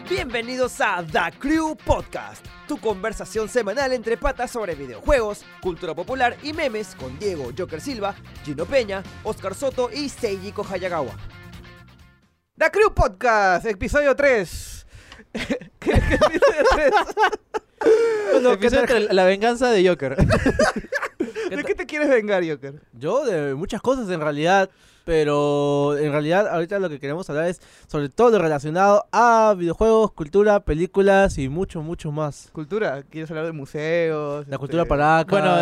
Bienvenidos a The Crew Podcast, tu conversación semanal entre patas sobre videojuegos, cultura popular y memes con Diego Joker Silva, Gino Peña, Oscar Soto y Seijiko Hayagawa. The Crew Podcast, episodio 3. ¿Qué episodio 3? Bueno, episodio entre la venganza de Joker. ¿De qué te quieres vengar, Joker? Yo de muchas cosas en realidad, pero en realidad ahorita lo que queremos hablar es sobre todo lo relacionado a videojuegos, cultura, películas y mucho más. ¿Cultura? ¿Quieres hablar de museos? La cultura paraca, Bueno,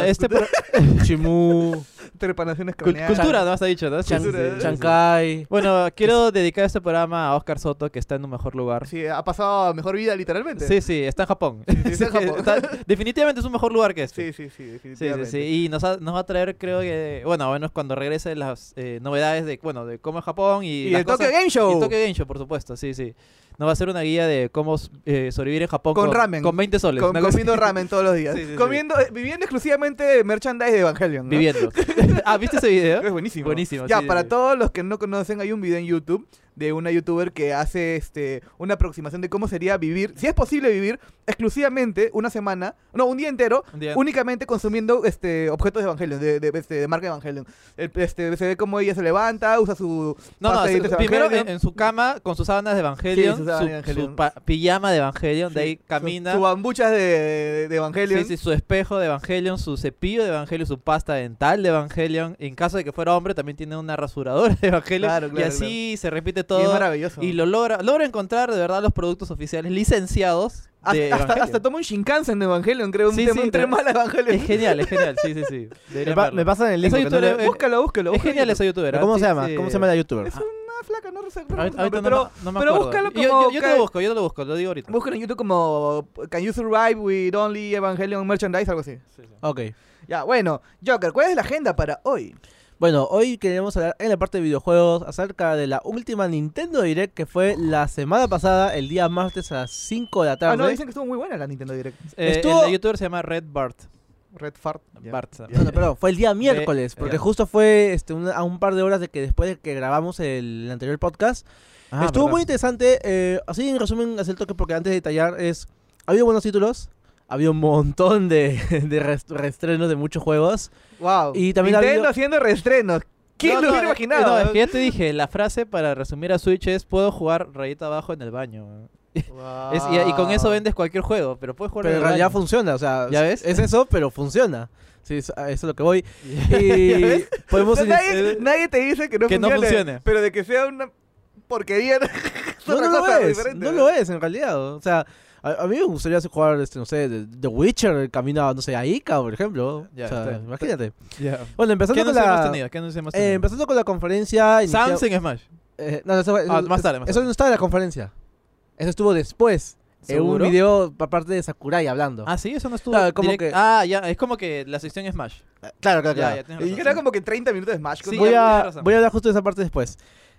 Chimú, Trepanaciones craneales. Cultura, ¿no? Has dicho, ¿no? Chancay. Bueno, quiero dedicar este programa a Oscar Soto, que está en un mejor lugar. Sí, ha pasado a mejor vida, literalmente. Sí, está en Japón. Sí, está en Japón. Definitivamente es un mejor lugar que este. Sí, Sí, definitivamente. Y nos va a traer, creo que, bueno, cuando regrese las novedades de cómo es Japón y el Tokyo Game Show. Y Tokyo Game Show, por supuesto, sí. Nos va a hacer una guía de cómo sobrevivir en Japón Con ramen. con 20 soles. una cosa Comiendo así. ramen todos los días. Sí. Viviendo exclusivamente merchandise de Evangelion, ¿no? Viviendo. ¿Viste ese video? Es buenísimo. Buenísimo, Ya, sí, para sí. todos los que no conocen, hay un video en YouTube de una youtuber que hace una aproximación de cómo sería vivir, si es posible vivir exclusivamente una semana, no, un día entero, Un día. únicamente consumiendo objetos de Evangelion, de marca Evangelion. Se ve cómo ella se levanta, usa su pasta de dientes de primero Evangelion, en su cama con sus sábanas de Evangelion, Sí, sus sábanas de Evangelion. su pijama de Evangelion, de Sí, ahí camina. su bambuchas de Evangelion. Sí, su espejo de Evangelion, su cepillo de Evangelion, su pasta dental de Evangelion. En caso de que fuera hombre, también tiene una rasuradora de Evangelion. Claro, y así se repite Y es todo. maravilloso. Y lo logra encontrar de verdad los productos oficiales licenciados de Evangelion. hasta toma un Shinkansen de Evangelion, creo, un Sí, tren mal de Evangelion. Es genial, sí. Deberían verlo. Me pasan el link. Esa porque no youtuber, le- Búscalo. Es busca genial en esa youtuber. ¿Pero ¿Cómo ¿ah? se Sí, llama? sí. ¿Cómo se llama la youtuber? Es una flaca, no recuerdo el Ahorita nombre, no me pero acuerdo. búscalo Yo como te lo busco, lo digo ahorita. Búscalo en YouTube como Can You Survive with Only Evangelion Merchandise, algo así. Ok. Ya, bueno, Joker, ¿cuál es la agenda para hoy? Bueno, hoy queremos hablar en la parte de videojuegos acerca de la última Nintendo Direct que fue la semana pasada, el día martes a las 5 de la tarde. Ah, no, dicen que estuvo muy buena la Nintendo Direct. Estuvo- El youtuber se llama Red Bart. Red Fart. Ya. Bart. Ya. No, perdón, fue el día miércoles, porque ya. justo fue a un par de horas de que después de que grabamos el anterior podcast. Estuvo muy interesante, así en resumen, hacer el toque porque antes de detallar había buenos títulos, había un montón de reestrenos de muchos juegos. Wow. Y también Nintendo habido- haciendo reestrenos. ¿Quién lo hubiera imaginado? No, es que ya te dije, la frase para resumir a Switch es: puedo jugar rayita abajo en el baño. Wow. Y con eso vendes cualquier juego, pero puedes jugar Pero en el realidad baño. funciona, o sea, ¿Ya ves? es eso, pero funciona. Sí, eso es lo que voy. ¿Ya Y ves? podemos O sea, nadie te dice que no que no funcione, funcione. pero de que sea una porquería es No, otra no cosa lo es, diferente. no lo es en realidad. O sea, a mí me gustaría jugar, no sé, The Witcher, camino, no sé, a Ica, por ejemplo. Ya, o sea, está. imagínate. Ya. Bueno, ¿Qué empezando con anuncios hemos la... tenido? ¿Qué anuncios hemos tenido? empezando con la conferencia... Samsung Smash. No, eso, Más tarde. eso no estaba en la conferencia. Eso estuvo después. En un ¿Seguro? video por parte de Sakurai hablando. Ah, sí, eso no estuvo. Claro, como que- Ya, es como que la sección Smash. Claro. Ya, tienes Y razón. era como que 30 minutos de Smash. Sí, voy, ya, a, tienes razón. voy a hablar justo de esa parte después.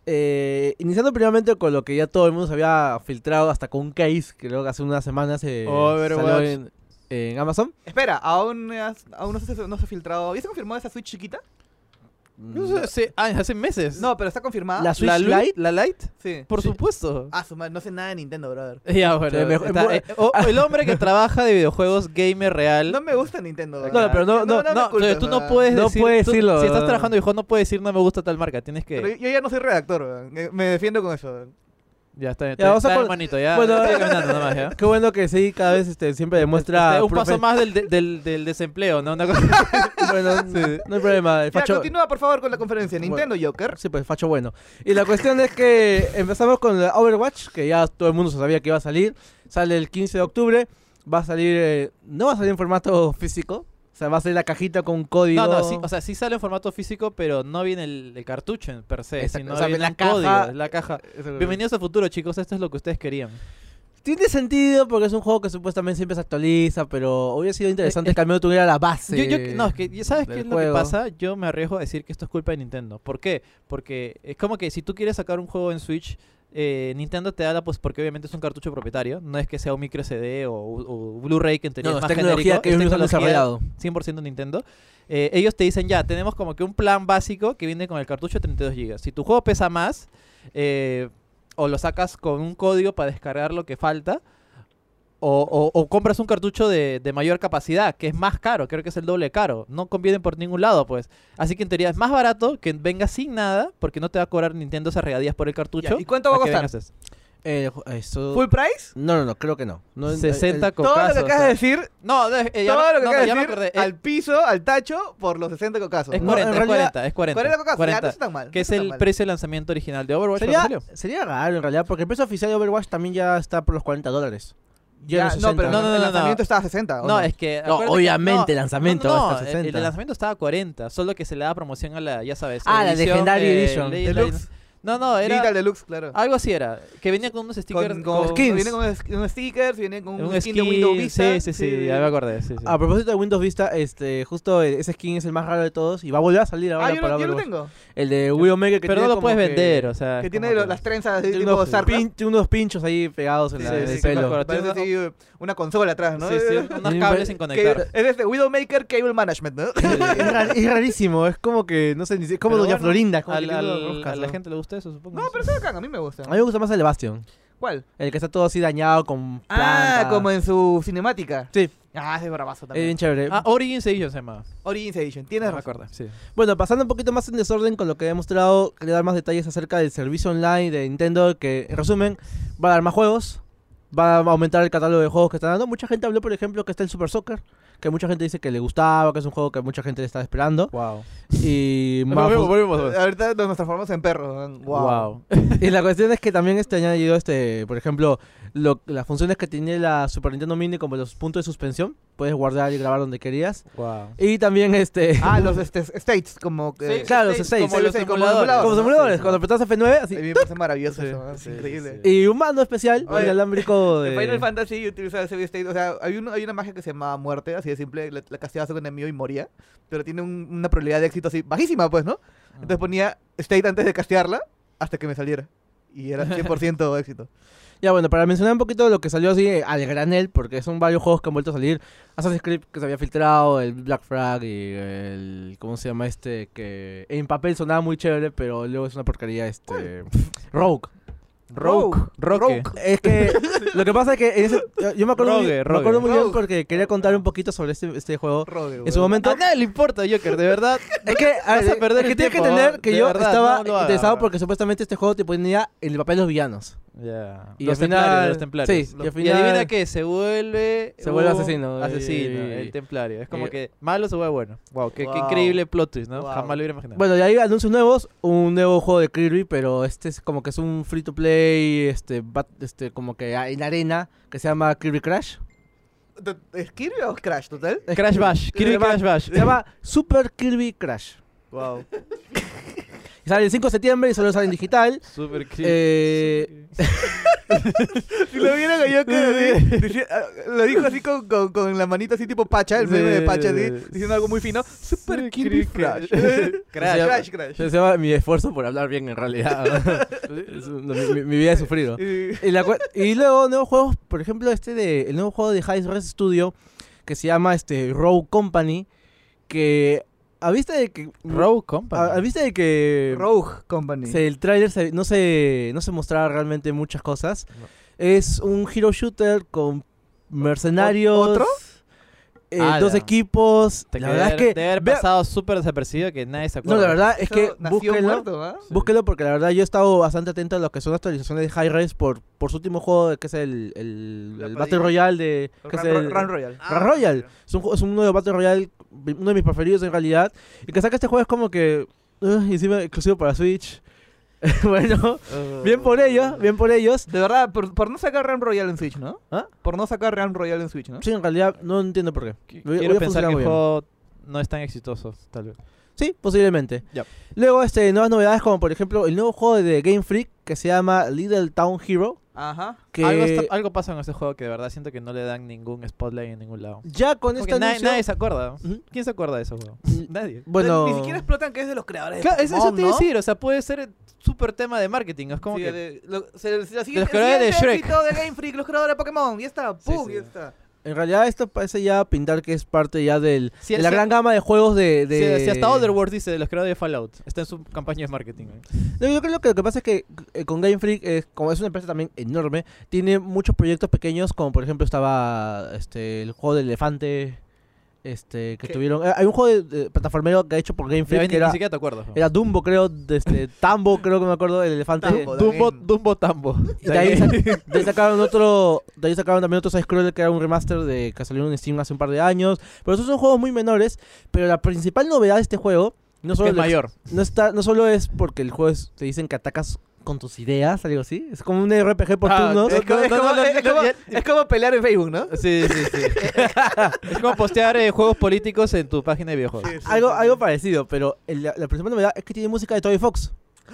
Iniciando primeramente con lo que ya todo el mundo se había filtrado hasta con un case que creo que hace unas semanas Overwatch. salió en Amazon. Espera, aún no se ha filtrado. ¿Ya se confirmó esa Switch chiquita? No sé, sí, hace meses. No, pero está confirmada. La Switch ¿La Lite. ¿La Lite? Sí. Por supuesto. Ah, su madre, no sé nada de Nintendo, brother. Ya, bueno. Sí, mejor- el hombre que trabaja de videojuegos gamer real. No me gusta Nintendo. No, ¿verdad? pero no, me No, culpes, tú no ¿verdad? puedes No decir. puedes decirlo, Si estás ¿verdad? trabajando en videojuegos, no puedes decir no me gusta tal marca. Tienes que. Pero yo ya no soy redactor, ¿verdad? Me defiendo con eso. ¿verdad? Ya está. Ya, vamos a Está, con- hermanito. Ya. Bueno, estoy caminando nomás, ya. Qué bueno que sí, cada vez siempre demuestra... Un paso más del desempleo, ¿no? Una cosa. Bueno, no hay problema. El Ya, facho... continúa por favor con la conferencia. Nintendo Joker. Sí, pues facho bueno. Y la cuestión es que empezamos con el Overwatch, que ya todo el mundo sabía que iba a salir. Sale el 15 de octubre. Va a salir... no va a salir en formato físico. O sea, va a salir la cajita con un código. No, sí, o sea, sí sale en formato físico, pero no viene el cartucho en per se, Exacto, sino o sea, viene la un caja- código, es la caja. Eso- Bienvenidos al futuro, chicos, esto es lo que ustedes querían. Tiene sentido porque es un juego que supuestamente siempre se actualiza, pero hubiera sido interesante que al menos tuviera la base. No, es que, ¿sabes qué del es lo que juego. pasa? Yo me arriesgo a decir que esto es culpa de Nintendo. ¿Por qué? Porque es como que si tú quieres sacar un juego en Switch, Nintendo te da pues porque obviamente es un cartucho propietario, no es que sea un micro CD o Blu-ray que en teoría No, es es más tecnología genérico, que es ellos mismos han tecnología desarrollado. 100% Nintendo. Ellos te dicen ya, tenemos como que un plan básico que viene con el cartucho de 32 GB. Si tu juego pesa más, o lo sacas con un código para descargar lo que falta, o compras un cartucho de mayor capacidad, que es más caro, creo que es el doble caro. No conviene por ningún lado, pues. Así que en teoría es más barato que venga sin nada, porque no te va a cobrar Nintendo esas regalías por el cartucho. Ya, ¿y cuánto va a que costar? vengas ¿Full price? No, creo que no. 60 Todo lo cocazos. que acabas de decir, No, todo lo que acabas de ya me decir, acordé. al piso, al tacho, por los 60 cocazos. Es No, 40, en es realidad, 40, es 40. 40 cocazos, ya 40. no está tan mal. Que no es está tan el mal. precio de lanzamiento original de Overwatch cuando salió. Sería raro en realidad, porque el precio oficial de Overwatch también ya está por los $40. Ya, Ya, no, pero No, el lanzamiento estaba a 60. ¿o No, es que... No, acuérdate que- obviamente el lanzamiento va a estar el 60. lanzamiento estaba a 40, solo que se le da promoción a la, ya sabes... Ah, la edición, Legendary Edition. Deluxe. No, era... Digital Deluxe, claro. Algo así era, que venía con unos stickers... Con skins. Viene con unos stickers, viene con un un skin de Windows Vista. Sí, ya me acordé. Sí. A propósito de Windows Vista, justo ese skin es el más raro de todos y va a volver a salir ahora Ah, yo para lo Overwatch. tengo. El de Widowmaker que Pero no tiene lo como puedes que- vender, o sea... Que es tiene como que- las trenzas así Tiene tipo unos, Starcraft. unos pinchos ahí pegados en Sí, la, en sí, el sí, me pelo. acuerdo. Parece así una consola atrás, ¿no? Sí, unos Sí, cables sin Que conectar. es de Widowmaker Cable Management, ¿no? Es rarísimo, es como que, no sé, es como Pero Doña Bueno, Florinda. es como a que la tiene unos a la casos. gente le gusta eso, supongo. No, pero está bacán, a mí me gusta. A mí me gusta más el de Bastion. ¿Cuál? El que está todo así dañado con Ah, plantas. como en su cinemática. Sí, Ah, ese es bravazo es también. bien chévere. Origins Edition se llama. Origins Edition, No tienes me razón. acuerdo, sí. Bueno, pasando un poquito más en desorden con lo que he mostrado, quería dar más detalles acerca del servicio online de Nintendo, que en resumen va a dar más juegos, va a aumentar el catálogo de juegos que están dando. Mucha gente habló, por ejemplo, que está el Super Soccer, que mucha gente dice que le gustaba, que es un juego que mucha gente le está esperando. Wow. Y, más Ahorita nos transformamos en perros. Wow. y la cuestión es que también añadido por ejemplo, las funciones que tiene la Super Nintendo Mini, como los puntos de suspensión, puedes guardar y grabar donde querías. Wow. Y también Ah, los states, como que... Sí, claro, los sí, States. como los Sí, como emuladores. como ¿no? simuladores, Sí, sí. cuando apretas F9, así. A mí me parece maravilloso Sí. eso, es Sí, increíble. sí. Y un mando especial, Oye, inalámbrico de... En Final Fantasy utilizaba ese state, o sea, hay una magia que se llama muerte, así de simple, la casteabas a un enemigo y moría, pero tiene una probabilidad de éxito así bajísima, pues, ¿no? Entonces ponía state antes de castearla hasta que me saliera. Y era 100% éxito. Ya bueno, para mencionar un poquito lo que salió así al granel, porque son varios juegos que han vuelto a salir. Assassin's Creed que se había filtrado, el Black Flag y el... ¿Cómo se llama este? Que en papel sonaba muy chévere, pero luego es una porquería, Rogue. Rogue. Es que lo que pasa es que en yo me acuerdo, Rogue, me Rogue. acuerdo muy bien Rogue. porque quería contar un poquito sobre este juego. Rogue, En su weón. momento... A nadie le importa, Joker, de verdad. Es que, Vas a perder es que el tienes que tiempo, entender que de yo verdad, estaba no lo hagas, interesado bro. porque supuestamente este juego te ponía en el papel de los villanos. Ya. Y Los al final- templarios, los templarios. sí, y al Y final- adivina qué, se vuelve asesino. Asesino, Y- el templario. Es como y- que malo se vuelve bueno. Wow, qué Wow. increíble plot twist, ¿no? Wow. Jamás lo hubiera imaginado. Bueno, y hay anuncios nuevos, un nuevo juego de Kirby, pero este es como que es un free to play, como que en arena, que se llama Kirby Crash. ¿Es Kirby o Crash, total? Crash Bash, Kirby Crash Bash. Se llama Super Kirby Crash. Wow. Y sale el 5 de septiembre y solo sale en digital. Super Si lo vieron a Joker, así, lo dijo así con la manita así tipo Pacha, el meme de Pacha, así, diciendo algo muy fino. Super Kirby Crash. Crash. Crash. Se llama mi esfuerzo por hablar bien en realidad. mi vida he sufrido. Y luego nuevos juegos, por ejemplo, el nuevo juego de Hi-Res Studio que se llama Rogue Company, que a vista de que Rogue Company. a vista de que Rogue Company. el tráiler no se mostraba realmente muchas cosas. No. Es un hero shooter con mercenarios. ¿Otro? Dos Ala. equipos. La verdad es que debe haber vea- pasado súper desapercibido que nadie se acuerda. no, la verdad es que Eso nació búsquenlo. muerto, ¿ah? Búsquelo porque la verdad yo he estado bastante atento a lo que son actualizaciones de Hi-Res por su último juego, que es el La Battle Padilla. Royale de... que es el- Run Royal. Run Royal. Es un nuevo Battle Royale, uno de mis preferidos en realidad. Y que saca este juego es como que... encima exclusivo para Switch. Bueno, bien por ellos. De verdad, por no sacar Run Royal en Switch, ¿no? ¿Ah? Por no sacar Run Royal en Switch, ¿no? Sí, en realidad no entiendo por qué. Quiero Hubiera pensar que funcionado el bien. juego no es tan exitoso, tal vez. Sí, posiblemente. Ya. Luego nuevas novedades como por ejemplo el nuevo juego de Game Freak que se llama Little Town Hero. Ajá. Que Algo pasa en ese juego que de verdad siento que no le dan ningún spotlight en ningún lado. ya con Porque este nadie, anuncio... nadie se acuerda. Ujú. ¿Quién se acuerda de ese juego? Nadie. Bueno, Ni siquiera explotan que es de los creadores Claro, de eso Pokémon, te iba a ¿no? decir, o sea, puede ser súper tema de marketing. Es como Sí, que... los creadores creadores de Shrek. éxito de Game Freak, los creadores de Pokémon, y está, pum, sí. y está. En realidad esto parece ya pintar que es parte ya de Sí, la sí. gran gama de juegos de... Si hasta Otherworld dice de los creadores de Fallout. Está en su campaña de marketing. No, yo creo que lo que pasa es que con Game Freak, como es una empresa también enorme, tiene muchos proyectos pequeños, como por ejemplo estaba el juego del elefante, que ¿Qué? tuvieron... hay un juego de plataformero que ha hecho por Game Freak que Ni era... siquiera te acuerdas. Era Dumbo, creo, Tambo, creo que me acuerdo, el elefante. Tambo. Dumbo Tambo. Y de ahí, de ahí sacaron también otro side-scroller que era un remaster que salió en Steam hace un par de años. Pero esos son juegos muy menores. Pero la principal novedad de este juego no solo Es mayor. no solo es porque el juego te dicen que atacas con tus ideas, algo así. Es como un RPG por turnos. Es como pelear en Facebook, ¿no? Sí. Es como postear juegos políticos en tu página de videojuegos. Sí, sí, Algo parecido, pero la principal novedad es que tiene música de Toby Fox.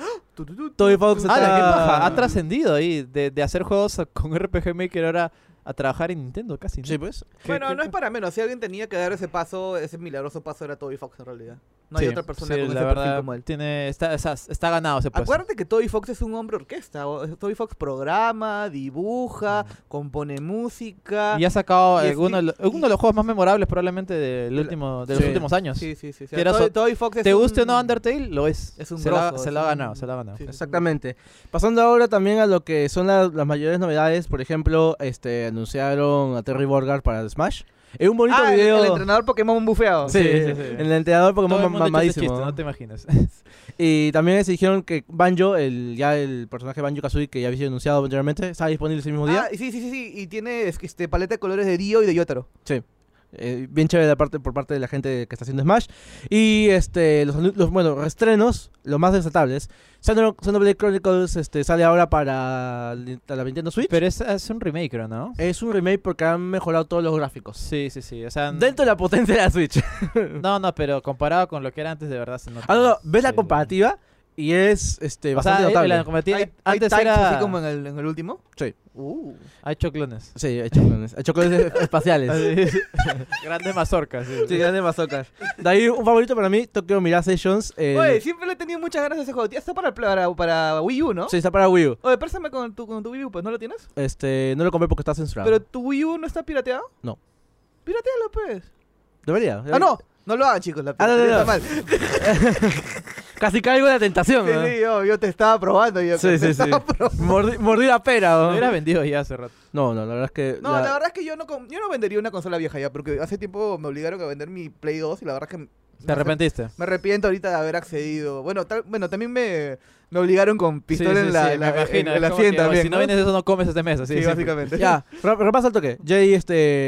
Toby Fox ¡Qué paja! Ha trascendido ahí de hacer juegos con RPG Maker ahora a trabajar en Nintendo casi, ¿no? Sí, pues. Bueno, no es para menos. Si alguien tenía que dar ese paso, ese milagroso paso era Toby Fox en realidad. No hay otra persona con ese la perfil verdad, como él. está ganado ese puesto. Acuérdate que Toby Fox es un hombre orquesta. Toby Fox programa, dibuja, compone música. Y ha sacado Y es- uno de los juegos más memorables probablemente de los últimos años. Sí. Que era Toby Fox es ¿Te un- guste o no Undertale? Lo es. Es un se lo ha grosso, es un- ganado, se lo ha ganado. Sí. Exactamente. Pasando ahora también a lo que son las mayores novedades, por ejemplo, anunciaron a Terry Bogard para Smash. Es un bonito Ah, video. el entrenador Pokémon bufeado. Sí, Sí. el entrenador Todo el Pokémon mundo ha hecho ese mamadísimo. chiste, ¿no? no te imaginas. Y también se dijeron que Banjo, el personaje Banjo Kazooie que ya había sido anunciado anteriormente, estaba disponible ese mismo día. Ah, sí. Y tiene paleta de colores de Dio y de Yotaro. Bien chévere por parte de la gente que está haciendo Smash. Y los reestrenos, los más desatables. Xenoblade Chronicles sale ahora para la Nintendo Switch. Pero es un remake, creo, ¿no? Es un remake porque han mejorado todos los gráficos. Sí. O sea, Dentro de la potencia de la Switch. no, pero comparado con lo que era antes, de verdad se nota. Ves la Sí, comparativa y es O sea, bastante notable. la comparativa Hay antes types era... así como en el último. Sí. Ha hecho clones. Sí, he hecho clones. He hecho clones espaciales. Grandes mazorcas. Sí. Sí, grandes bazookas. De ahí un favorito para mí, Tokyo Mirage Sessions. Oye, siempre le he tenido muchas ganas de ese juego. Ya está para Wii U, ¿no? Sí, está para Wii U. Oye, préstame con tu Wii U, pues, ¿no lo tienes? No lo compré porque está censurado. ¿Pero tu Wii U no está pirateado? No. Piratealo, pues. Debería. Ah, no. No lo hagan, chicos. La Ah, no, piratería no. está mal. Casi caigo de la tentación. ¿no? Sí, yo te estaba probando. Sí. Mordí la pera. Lo ¿no? hubieras vendido ya hace rato. No, la verdad es que... No, la verdad es que yo no vendería una consola vieja ya, porque hace tiempo me obligaron a vender mi Play 2 y la verdad es que... ¿Te arrepentiste? Me arrepiento ahorita de haber accedido. Bueno, también me obligaron con pistola en la, me en la, imagino. en la Es como 100 que, también. si no vienes eso, no comes este mes. Así Sí, de simple. básicamente. Ya, repasa el toque. Jedi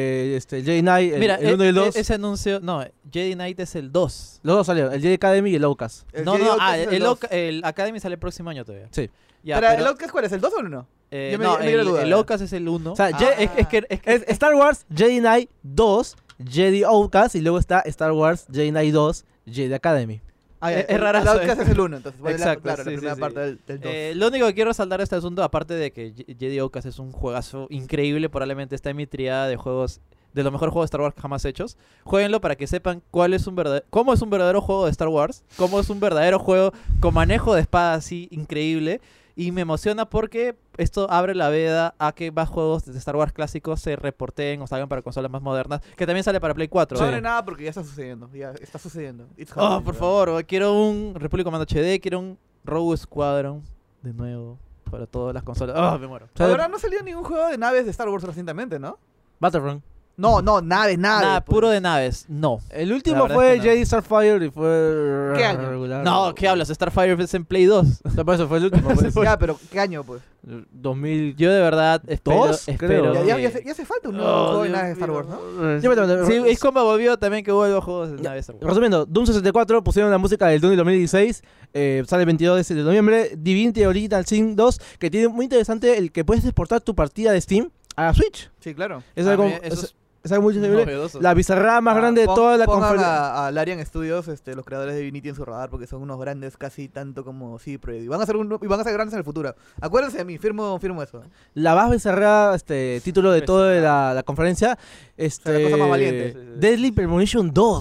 Knight, Mira, el 1 y el 2. ese anuncio... No, Jedi Knight es el 2. Los dos salieron, el Jedi Academy y el Outcast. No, Jedi Outcast es el, dos. el Academy sale el próximo año todavía. Sí. Ya, Pero, pero, ¿el Outcast cuál es? ¿El 2 o el 1? yo me no, dio la duda, el ya. Outcast es el 1. O sea, es que es Star Wars Jedi Knight 2, Jedi Outcast, y luego está Star Wars Jedi Knight 2, Jedi Academy. Ah, es rarazo, El Outcast es el 1, entonces. Vale, Exacto, claro, sí, la primera sí. parte del 2. Lo único que quiero resaltar de este asunto, aparte de que Jedi Outcast es un juegazo increíble, probablemente está en mi triada de juegos, de los mejores juegos de Star Wars jamás hechos. Jueguenlo para que sepan cómo es un verdadero juego de Star Wars, cómo es un verdadero juego con manejo de espada así increíble. Y me emociona porque esto abre la veda a que más juegos de Star Wars clásicos se reporten o salgan para consolas más modernas, que también sale para Play 4. No abre nada porque ya está sucediendo. Ya está sucediendo. It's Oh, happening, por bro. favor, quiero un Republic Commando HD, quiero un Rogue Squadron de nuevo para todas las consolas. Oh, me muero. La verdad no salió ningún juego de naves de Star Wars recientemente, ¿no? Battlefront. No, naves. Nada, pues. puro de naves, no. El último La verdad fue es que no. Jedi Starfire y fue ¿Qué año? regular. No, ¿qué hablas? Starfire es en Play 2. Por eso fue el último. Pues. Ya, pero ¿qué año, pues? 2000. Yo de verdad espero... ¿Dos? espero Creo. Ya que- hace falta un nuevo Oh, juego de Dios naves de Star mío. Wars, ¿no? Sí, es como volvió también que hubo juegos de Ya, naves Star Wars. Resumiendo, Doom 64 pusieron la música del Doom del 2016, sale el 22 de noviembre. Divinity Original Sin 2, que tiene muy interesante el que puedes exportar tu partida de Steam a la Switch. Sí, claro. Es Ah, algo, mira, eso es algo muy chévere. novedoso. La bizarrada más grande de toda la Pongan conferencia. a Larian Studios, los creadores de Divinity en su radar, porque son unos grandes casi tanto como CD Projekt. Y van a ser grandes en el futuro. Acuérdense de mí, firmo eso. La más bizarrada título de toda la conferencia. sea, la cosa más valiente. Deadly Premonition 2.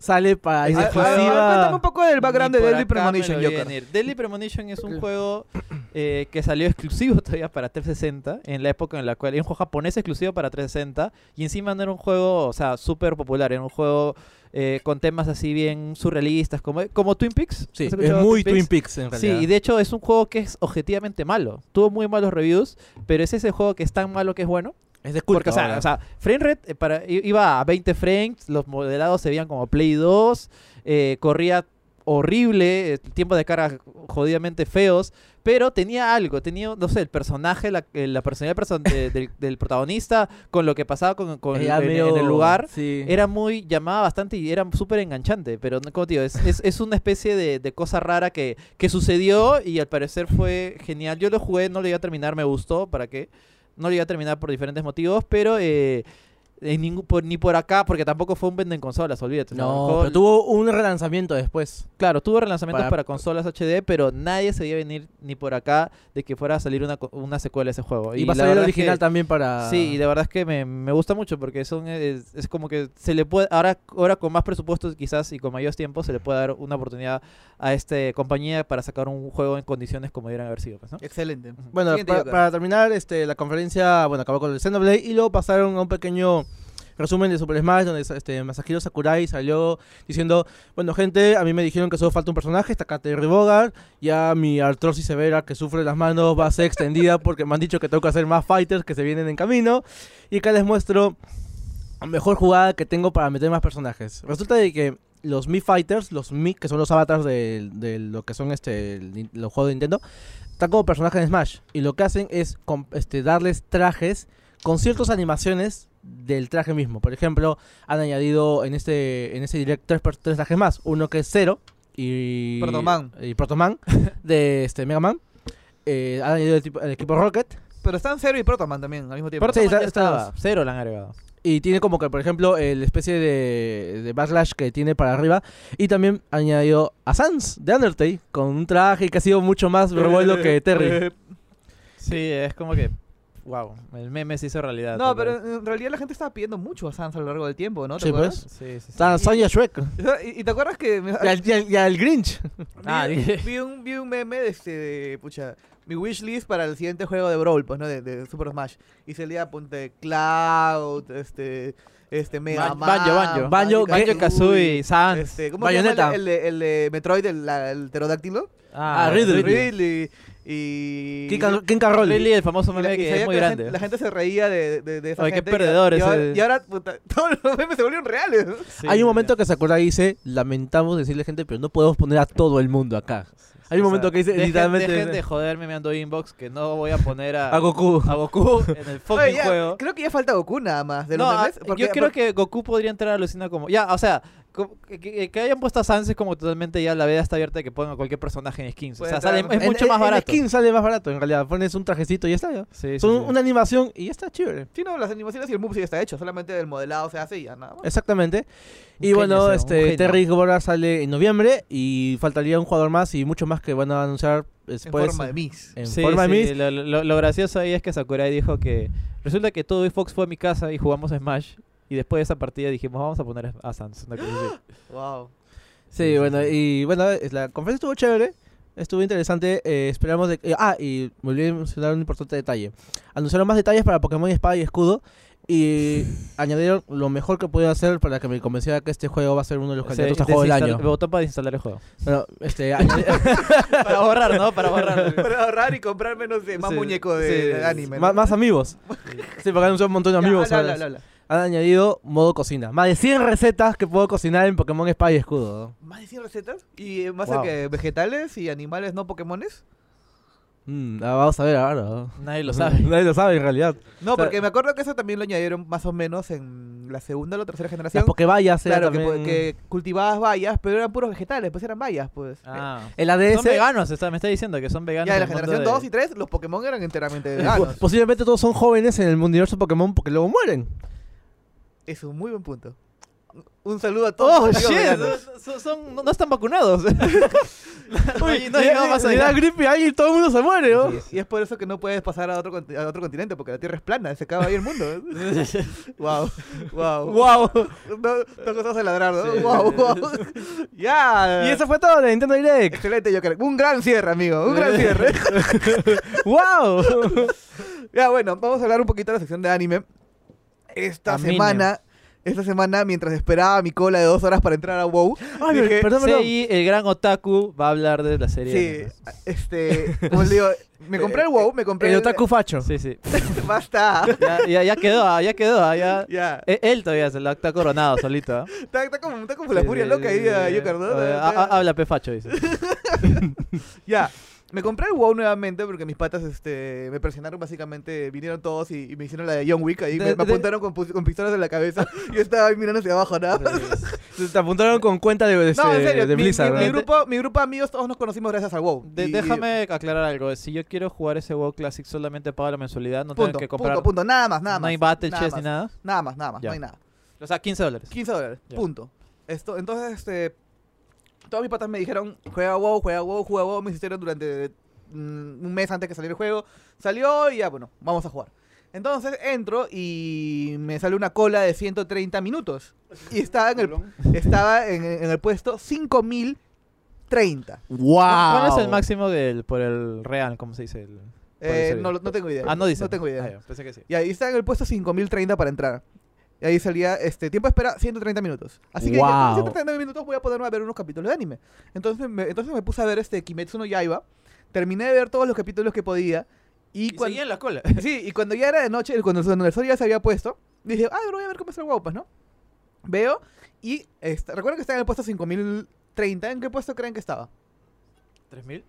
sale para Cuéntame exclusiva. un poco del background Ni de por Deadly acá Premonition, me lo vi Joker. venir. Deadly Premonition es un juego que salió exclusivo todavía para 360, en la época en la cual era un juego japonés exclusivo para 360, y encima no era un juego, o sea, súper popular, era un juego con temas así bien surrealistas, como Twin Peaks. Sí, ¿Has es escuchado muy Twin Peaks en Sí, realidad. y de hecho es un juego que es objetivamente malo. Tuvo muy malos reviews, pero es ese juego que es tan malo que es bueno. Es de culto. Porque, ahora. o sea, framerate iba a 20 frames, los modelados se veían como Play 2, corría horrible, tiempos de carga jodidamente feos, pero tenía algo, tenía, no sé, el personaje, la personalidad del protagonista, con lo que pasaba Era en medio- el lugar, sí. era llamaba bastante y era súper enganchante, pero como te digo, es una especie de cosa rara que sucedió y al parecer fue genial. Yo lo jugué, no lo iba a terminar, me gustó, ¿para qué? No lo iba a terminar por diferentes motivos, pero ni por acá, porque tampoco fue un vende en consolas, olvídate. O sea, el No, juego- pero tuvo un relanzamiento después. Claro, tuvo relanzamientos para- para consolas HD, pero nadie se veía venir ni por acá de que fuera a salir una secuela de ese juego. Y va a la salir el verdad es original que- también para... Sí, y de verdad es que me gusta mucho porque es como que se le puede, ahora con más presupuestos quizás y con mayores tiempos se le puede dar una oportunidad a esta compañía para sacar un juego en condiciones como debieran haber sido, pues, ¿no? Excelente. Bueno, Siguiente, Joker. para terminar, la conferencia, bueno, acabó con el Xenoblade y luego pasaron a un pequeño resumen de Super Smash donde Masahiro Sakurai salió diciendo, bueno gente, a mí me dijeron que solo falta un personaje, está acá Terry Bogard, ya mi artrosis severa que sufre las manos va a ser extendida porque me han dicho que tengo que hacer más fighters que se vienen en camino, y acá les muestro la mejor jugada que tengo para meter más personajes. Resulta de que los Mii Fighters, los Mii, que son los avatars de lo que son los juegos de Nintendo, están como personajes de Smash. Y lo que hacen es darles trajes con ciertas animaciones del traje mismo. Por ejemplo, han añadido en ese direct tres trajes más. Uno que es Zero y Protoman de Mega Man. Han añadido el equipo Rocket. Pero están Zero y Protoman también al mismo tiempo. Sí, Ya está- estaba, cero la han agregado. Y tiene como que, por ejemplo, el especie de backlash que tiene para arriba. Y también ha añadido a Sans de Undertale con un traje que ha sido mucho más revuelo que Terry. Sí, es como que, wow, el meme se hizo realidad. No, total. pero en realidad la gente estaba pidiendo mucho a Sans a lo largo del tiempo, ¿no? ¿Te Sí, acuerdas? pues. Sí, sí, sí. Está Sans y a Shrek. ¿Y te acuerdas que Y al Grinch. vi un meme de pucha, mi wishlist para el siguiente juego de Brawl, pues, ¿no? De Super Smash. Y salía, ponte, Cloud, Mega Man, Banjo-Kazooie, Sans. ¿cómo se llama Bayonetta. el de Metroid, el pterodáctilo? Ridley. Ridley. Y... King Carroll. Ridley, el famoso y la- meme y que sabía es muy que grande. la gente se reía de esa Oye, qué gente. perdedores, Y ahora, puta, todos los memes se volvieron reales. Sí, Hay un sí, momento que Sakurai dice, lamentamos decirle gente, pero no podemos poner a todo el mundo acá. Hay un o momento sea, que dice, literalmente... Dejen de joderme me ando inbox que no voy a poner A Goku. a Goku en el fucking Oye, ya, juego. creo que ya falta Goku nada más de los No, memes. yo creo que Goku podría entrar a alucinar como... Ya, o sea, que hayan puesto a Sans es como totalmente ya la veda está abierta de que pongan cualquier personaje en skins. O sea, Puede sale, entrar. es mucho más barato. En skin sale más barato, en realidad. Pones un trajecito y ya está. Ya. Sí, sí, Son sí. una animación y ya está chévere. Sí, no, las animaciones y el move sí está hecho. Solamente el modelado se hace y ya nada más. Exactamente. Un Y bueno, genio ese, un genio. Terry Bogard sale en noviembre y faltaría un jugador más y muchos más que van a anunciar después. En forma de Miss. En Sí, forma de sí, Miss. lo gracioso ahí es que Sakurai dijo que resulta que todo Fox fue a mi casa y jugamos Smash y después de esa partida dijimos vamos a poner a Sans. Una cosa así. Wow. Sí, bueno, y bueno, la conferencia estuvo chévere, estuvo interesante, esperamos de... y me olvidé de mencionar un importante detalle. Anunciaron más detalles para Pokémon Espada y Escudo y añadieron lo mejor que podían hacer para que me convenciera que este juego va a ser uno de los candidatos a juego del año. Me votó para instalar el juego. Bueno, Para borrar, ¿no? Para borrar. Para ahorrar y comprar menos más Sí, muñecos sí, de anime. ¿no? más amigos. Sí, porque anunciaron un montón de Ya, amigos. habla, ¿sabes? habla. Han añadido modo cocina. Más de 100 recetas que puedo cocinar en Pokémon Espada y Escudo. ¿Más de 100 recetas? ¿Y más Wow. que vegetales y animales no Pokémones? Vamos a ver ahora. Nadie lo sabe. Nadie lo sabe en realidad. No, O sea, porque me acuerdo que eso también lo añadieron más o menos en la segunda o la tercera Las generación. Pokébayas era Claro, también... que cultivabas bayas, pero eran puros vegetales, pues eran bayas, pues. Ah. El ADS... Son veganos, me está diciendo que son veganos. Ya, en la en el mundo generación de- 2 y 3, los Pokémon eran enteramente veganos. Posiblemente todos son jóvenes en el universo Pokémon porque luego mueren. Es un muy buen punto. Un saludo a todos. ¡Oh, los amigos shit! veganos. No están vacunados. No llegamos le da allá. gripe ahí y todo el mundo se muere, ¿no? Y es por eso que no puedes pasar a otro continente, porque la Tierra es plana, se acaba ahí el mundo. Wow, wow. ¡Wow! No cosas de ladrar, ¿no? Sí. Wow, wow. Ya. Y eso fue todo de Nintendo Direct. Excelente, Joker. Un gran cierre, amigo. Un gran cierre. ¡Wow! Ya, bueno, vamos a hablar un poquito de la sección de anime. Esta semana, mientras esperaba mi cola de 2 horas para entrar a WoW, Ay, dije, perdón. Sei, el gran otaku, va a hablar de la serie. sí, como les digo, me compré el WoW, me compré El otaku facho. Sí, sí. Basta. Ya quedó, ya. Ya. Él todavía se la está coronado solito. ¿Ah? Está como la furia loca ahí, Joker, ¿no? Habla pefacho, dice. Ya. Me compré el WoW nuevamente porque mis patas me presionaron básicamente, vinieron todos y me hicieron la de John Wick ahí, me apuntaron con pistolas en la cabeza y yo estaba ahí mirando hacia abajo, nada más. Te apuntaron con cuenta de No, en serio, de Blizzard, mi ¿no? grupo de amigos todos nos conocimos gracias al WoW. Déjame aclarar algo. Si yo quiero jugar ese WoW Classic, solamente pago la mensualidad, no tengo que comprar. Punto, nada más. No hay Battle nada Chest más. ni nada. Nada más, Ya. no hay nada. O sea, $15. $15, Ya. punto. Entonces, todos mis patas me dijeron, juega WoW, me insistieron durante un mes antes que saliera el juego. Salió y ya, bueno, vamos a jugar. Entonces entro y me sale una cola de 130 minutos. Y estaba en el puesto 5030. ¡Wow! ¿Cuál es el máximo por el real? ¿Cómo se dice? No tengo idea. No dice. No tengo idea. Ah, ya, pensé que sí. Y ahí está en el puesto 5030 para entrar. Y ahí salía, tiempo de espera 130 minutos. Así que Wow. ya con 130 minutos voy a ponerme a ver unos capítulos de anime. Entonces me puse a ver Kimetsu no Yaiba. Terminé de ver todos los capítulos que podía. Y seguía en la cola. Sí, y cuando ya era de noche, cuando el sol ya se había puesto, dije, pero voy a ver cómo está el WoW, pues, ¿no? Veo, y recuerdo que está en el puesto 5030. ¿En qué puesto creen que estaba? ¿3000?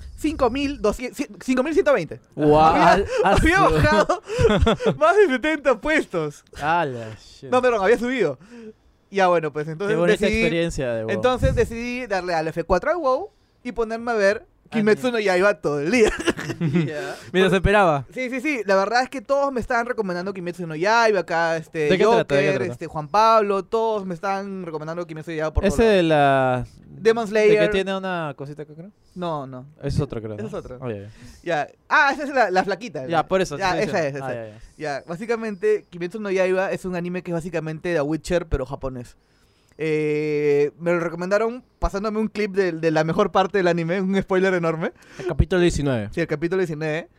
5120. ¡Wow! Había bajado más de 70 puestos. ¡Hala! Shit. No, perdón, había subido. Ya bueno, pues Qué entonces bonita experiencia de WoW. entonces decidí darle al F4 al WoW y ponerme a ver Kimetsu no Yaiba todo el día. Mientras esperaba. Sí, la verdad es que todos me estaban recomendando Kimetsu no Yaiba, acá ¿De qué trata? Joker, Juan Pablo, todos me estaban recomendando Kimetsu no Yaiba por Ese todos de la... Demon ¿De Slayer. que tiene una cosita acá, creo? No. Ese es otro, creo. ¿no? Ese es otro. Oh, ya. Ya. Esa es la flaquita. Ya, por eso. Ya, te estoy esa es, diciendo. esa Ah, es. ya. Ya, básicamente Kimetsu no Yaiba es un anime que es básicamente The Witcher, pero japonés. Me lo recomendaron pasándome un clip de la mejor parte del anime, un spoiler enorme. El capítulo 19. Sí, el capítulo 19.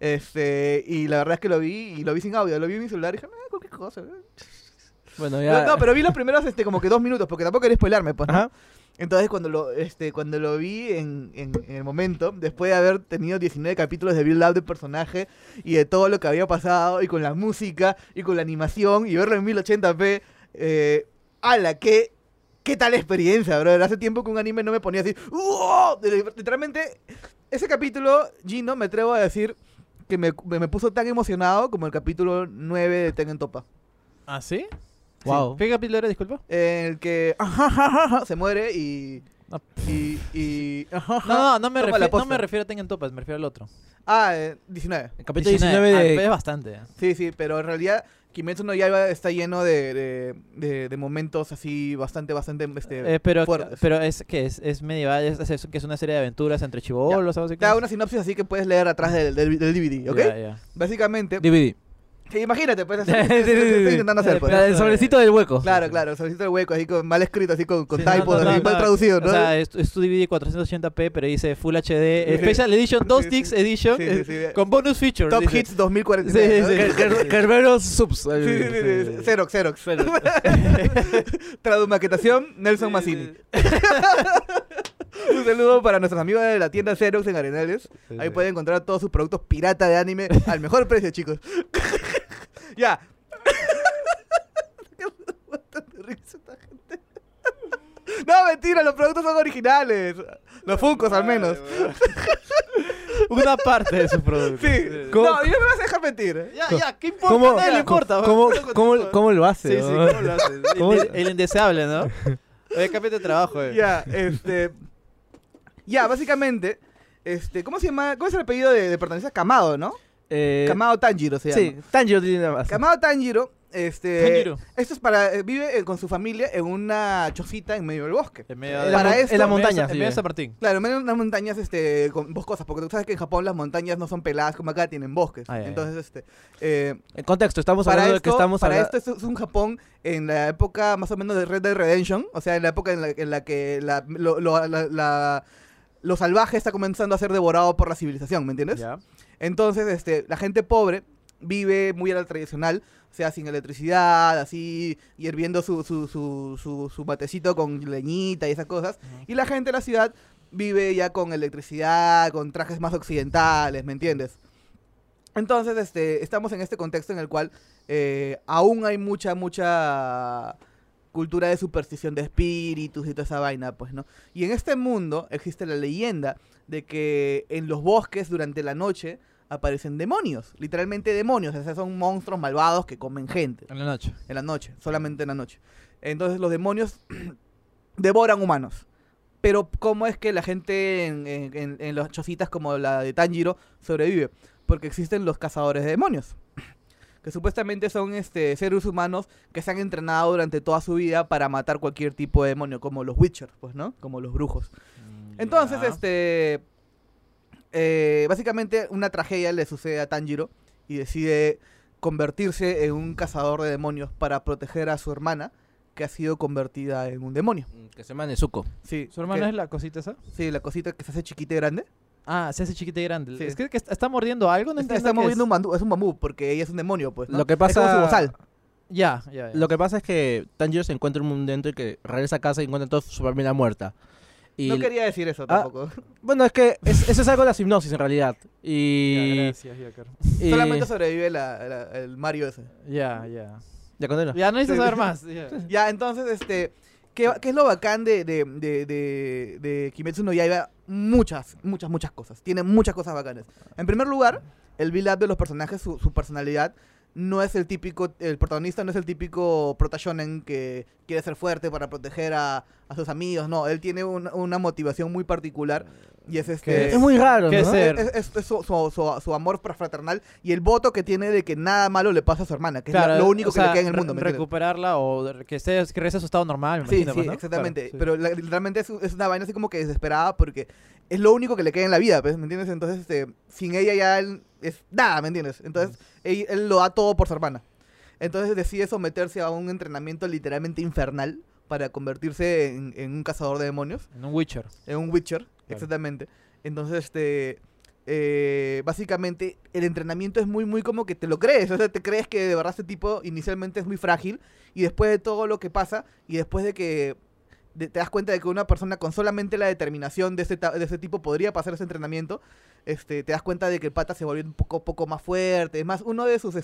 Y la verdad es que lo vi sin audio, lo vi en mi celular y dije, cualquier cosa. Bueno, ya. No, pero vi los primeros como que 2 minutos, porque tampoco quería spoilarme, pues, ¿no? Ajá. Entonces cuando lo vi en el momento, después de haber tenido 19 capítulos de build-up de personaje y de todo lo que había pasado, y con la música, y con la animación, y verlo en 1080p, ¡hala! ¿Qué tal experiencia, brother? Hace tiempo que un anime no me ponía así, ¡oh! Literalmente, ese capítulo, Gino, me atrevo a decir que me puso tan emocionado como el capítulo 9 de Tengen Toppa. ¿Ah, sí? Wow. ¿Qué capítulo era, disculpa? En el que se muere y... No. No me Toma la posta. refiero a Tengen Toppa, me refiero al otro. 19. El capítulo 19 de... Es bastante. Sí, pero en realidad Kimetsu no Yaiba está lleno de momentos así bastante fuertes. Pero es medieval, que es una serie de aventuras entre chibolos, algo así. Te da una sinopsis así que puedes leer atrás del DVD, ¿ok? Ya. Básicamente, DVD. sí, imagínate, pues, estoy intentando hacer, pues. El sobrecito del hueco. Claro, el sobrecito de hueco, así mal escrito, así con Sí, typos, así mal traducido, ¿no? O sea, es tu DVD 480p, pero dice Full HD, Special Edition, 2 Discs Edition, Sí. con bonus features. Top dice. Hits 2049, ¿no? Sí. Kerberos Subs. Sí. Xerox. Tradumaquetación, Nelson Massini. Un saludo para nuestros amigos de la tienda Xerox en Arenales. Sí, Ahí sí. pueden encontrar todos sus productos pirata de anime al mejor precio, chicos. Ya. Bastante risa esta gente. No, mentira, los productos son originales. Los Funkos, al menos. Una parte de sus productos. Sí. ¿Cómo? No, y no me vas a dejar mentir. Ya, ¿qué importa? ¿Cómo, A nadie le importa. cómo lo hace? Sí, ¿no? ¿cómo lo haces? ¿Cómo? El indeseable, ¿no? Oye, cámbiate de trabajo, Ya, Ya, básicamente, ¿cómo se llama? ¿Cómo es el apellido de pertenencia? Kamado, ¿no? Kamado Tanjiro se llama. Sí, Tanjiro tiene nada más. Kamado Tanjiro Tanjiro. esto es para, vive con su familia en una chocita en medio del bosque. En medio En de la Para mon- esto- en la en medio de montaña, Sa- en medio de San Martín. Claro, en medio de unas montañas con boscosas, porque tú sabes que en Japón las montañas no son peladas como acá, tienen bosques. Ah, ya, ya. Entonces, En contexto, estamos para hablando esto, de que estamos para hablando... esto es un Japón en la época más o menos de Red Dead Redemption, o sea, en la época en la que lo salvaje está comenzando a ser devorado por la civilización, ¿me entiendes? Ya. Entonces, la gente pobre vive muy a la tradicional, o sea, sin electricidad, así, hirviendo su matecito con leñita y esas cosas. Ujú. Y la gente de la ciudad vive ya con electricidad, con trajes más occidentales, ¿me entiendes? Entonces, estamos en este contexto en el cual aún hay mucha cultura de superstición de espíritus y toda esa vaina, pues, ¿no? Y en este mundo existe la leyenda de que en los bosques durante la noche aparecen demonios, literalmente demonios, o sea, son monstruos malvados que comen gente En la noche. en la noche, solamente en la noche. Entonces los demonios devoran humanos. Pero ¿cómo es que la gente en las chocitas como la de Tanjiro sobrevive? Porque existen los cazadores de demonios, que supuestamente son seres humanos que se han entrenado durante toda su vida para matar cualquier tipo de demonio, como los Witchers, pues, ¿no? Como los brujos. Entonces, básicamente una tragedia le sucede a Tanjiro y decide convertirse en un cazador de demonios para proteger a su hermana, que ha sido convertida en un demonio. Que se llama Nezuko. Sí, ¿Su hermana que- es la cosita esa? sí, la cosita que se hace chiquita y grande. Ah, se hace chiquita y grande. Sí. Es que está mordiendo algo, no Está entiendo qué moviendo es. es un bambú, porque ella es un demonio, pues, ¿no? Lo que Es como su pasa- bozal. Ya. Lo que pasa es que Tanjiro se encuentra en un mundo dentro y que regresa a casa y encuentra a toda su familia muerta. Y No quería decir eso tampoco. bueno, es que eso es algo de la hipnosis en realidad. Ya, Y... gracias, Joker. y- Solamente sobrevive el Mario ese. Ya. Ya con él. Ya, no necesito Sí. saber más. Ya. Ya, entonces, ¿qué es lo bacán de Kimetsu no Yaiba? Muchas cosas. Tiene muchas cosas bacanas. En primer lugar, el build-up de los personajes, su personalidad, no es el protagonista no es el típico prota shonen que quiere ser fuerte para proteger a sus amigos, no, él tiene una motivación muy particular y es ¿Qué Es muy raro, ¿Qué ¿no? ser? es su amor fraternal y el voto que tiene de que nada malo le pasa a su hermana, que es lo único o que le sea, queda en el mundo. ¿me entiendes? recuperarla o que regrese a su estado normal, me Sí, imagino, sí, pues, ¿no? exactamente. Claro, sí. Pero literalmente es una vaina así como que desesperada porque es lo único que le queda en la vida, pues, ¿me entiendes? Entonces, sin ella ya él es nada, ¿me entiendes? Entonces, él lo da todo por su hermana. Entonces decide someterse a un entrenamiento literalmente infernal para convertirse en un cazador de demonios, En un Witcher. en un Witcher, exactamente. Entonces, básicamente el entrenamiento es muy como que te lo crees, o sea, te crees que de verdad este tipo inicialmente es muy frágil y después de todo lo que pasa y después de que te das cuenta de que una persona con solamente la determinación de ese tipo podría pasar ese entrenamiento, te das cuenta de que el pata se volvió un poco más fuerte. Es más, uno de sus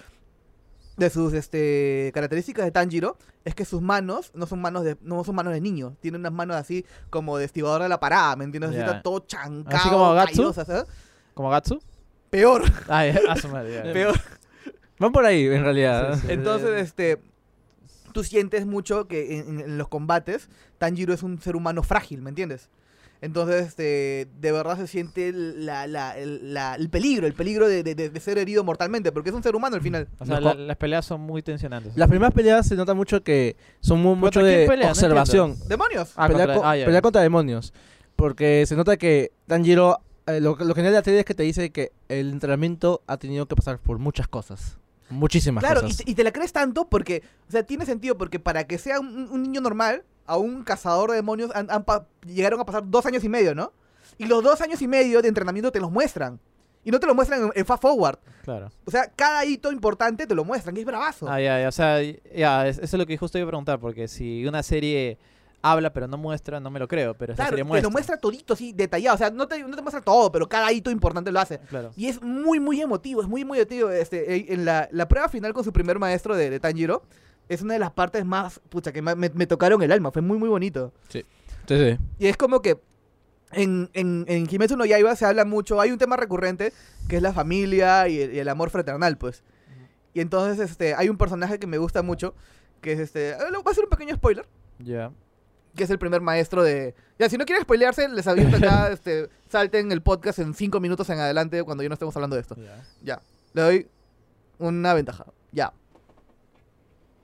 características de Tanjiro es que sus manos no son manos de niño, tiene unas manos así como de estibador de la parada, ¿me entiendes? Así Ya. está todo chancado, Así como Gatsu. callosa, ¿sabes? ¿Como Gatsu? Peor, Ah, ya, a su madre, ya. peor. Van por ahí, en realidad. Sí, sí. Entonces, tú sientes mucho que en los combates Tanjiro es un ser humano frágil, ¿me entiendes? Entonces, de verdad se siente el peligro de ser herido mortalmente, porque es un ser humano al final. O sea, Los las peleas son muy tensionantes. Las primeras peleas se nota mucho que son mucho ¿quién de pelea? No observación. ¡Demonios! Ah, Pelear contra- ya. pelear contra demonios. Porque se nota que Tanjiro, lo genial de la serie es que te dice que el entrenamiento ha tenido que pasar por muchas cosas. Muchísimas Claro, cosas. y te la crees tanto porque, o sea, tiene sentido porque para que sea un niño normal, a un cazador de demonios llegaron a pasar 2 años y medio, ¿no? Y los 2 años y medio de entrenamiento te los muestran. Y no te lo muestran en fast forward. Claro. O sea, cada hito importante te lo muestran, que es bravazo. Ah, ya, o sea, ya, eso es lo que justo iba a preguntar, porque si una serie habla pero no muestra, no me lo creo, pero esta Claro, serie te muestra. lo muestra todito, así, detallado. O sea, no te muestra todo, pero cada hito importante lo hace. Claro. Y es muy emotivo, es muy emotivo. En la prueba final con su primer maestro de Tanjiro, es una de las partes más, pucha, que me tocaron el alma. Fue muy bonito. Sí. Y es como que en Kimetsu no Yaiba se habla mucho, hay un tema recurrente que es la familia y el amor fraternal, pues. Y entonces hay un personaje que me gusta mucho, que es voy a hacer un pequeño spoiler, Ya. que es el primer maestro de... Ya, si no quieren spoilearse, les aviso acá, salten el podcast en 5 minutos en adelante cuando ya no estemos hablando de esto. Ya. Ya, le doy una ventaja. Ya.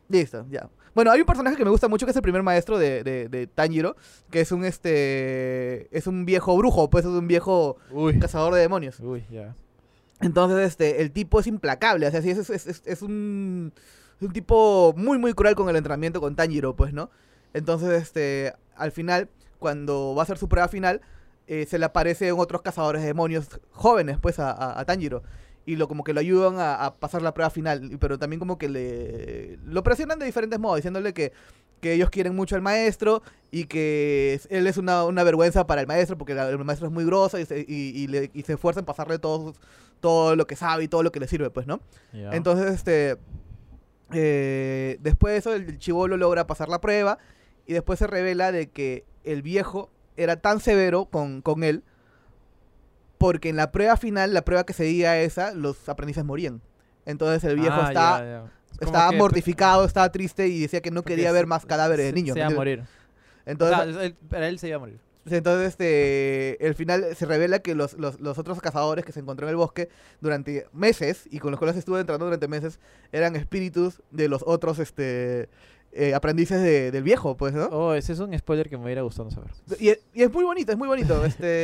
Listo, ya. Bueno, hay un personaje que me gusta mucho que es el primer maestro de Tanjiro, que es un viejo brujo, pues es un viejo Uy. cazador de demonios. Uy, ya. Entonces, el tipo es implacable, o sea, sí, es un tipo muy, muy cruel con el entrenamiento con Tanjiro, pues, ¿no? Entonces, al final, cuando va a hacer su prueba final, se le aparecen otros cazadores de demonios jóvenes, pues, a Tanjiro. Y como que lo ayudan a pasar la prueba final, pero también como que lo presionan de diferentes modos, diciéndole que ellos quieren mucho al maestro y que él es una vergüenza para el maestro porque el maestro es muy grosso y se esfuerza en pasarle todo lo que sabe y todo lo que le sirve, pues, ¿no? Ya. Entonces, después de eso, el chibolo logra pasar la prueba y después se revela de que el viejo era tan severo con él porque en la prueba final, la prueba que seguía esa, los aprendices morían. Entonces el viejo estaba mortificado, estaba triste y decía que no quería ver más cadáveres de niños. Se iba a morir. Entonces, Para él se iba a morir. entonces el final se revela que los otros cazadores que se encontró en el bosque durante meses y con los cuales estuvo entrenando durante meses eran espíritus de los otros aprendices del viejo, pues, ¿no? Oh, ese es un spoiler que me hubiera gustado saber. Y es muy bonito, es muy bonito.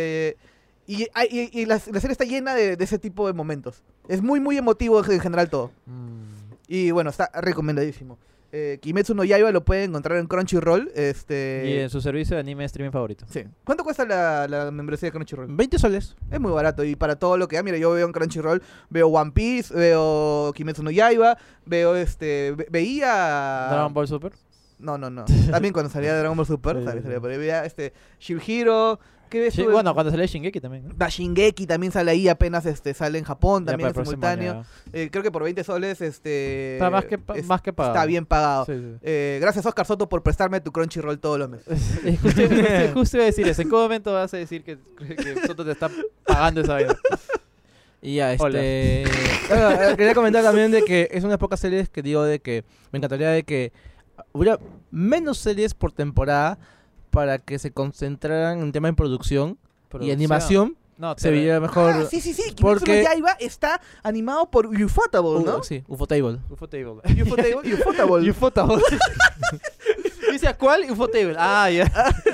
Y la serie está llena de ese tipo de momentos. Es muy, muy emotivo en general todo. Y bueno, está recomendadísimo. Kimetsu no Yaiba lo pueden encontrar en Crunchyroll. Y en su servicio de anime streaming favorito. Sí. ¿Cuánto cuesta la membresía de Crunchyroll? 20 soles. Es muy barato y para todo lo que da, mira, yo veo en Crunchyroll, veo One Piece, veo Kimetsu no Yaiba, veo veía... Dragon Ball Super. No. También cuando salía Dragon Ball Super, Sí, salía sí. por ahí, veía Shield Hero, ¿qué ves tú? Bueno, cuando salió Shingeki también, ¿no? Da Shingeki también sale ahí, apenas sale en Japón, Ya también para en el próximo simultáneo. año, Creo que por 20 soles, Está más que pagado. está bien pagado. Sí, sí. Gracias Oscar Soto por prestarme tu Crunchyroll todos los meses. Justo iba a decir eso. ¿En qué momento vas a decir que Soto te está pagando esa vaina? Y ya, Hola. quería comentar también de que es una de las pocas series que digo de que me encantaría de que hubiera menos series por temporada para que se concentraran en tema de producción y animación. No, Se veía mejor. Ah, sí, Kimetsu porque- no Yaiba está animado por Ufotable, ¿no? Sí, Ufotable. Ufotable. Ufotable. Ufotable. Dice a cuál? Ufotable. Ah, ya.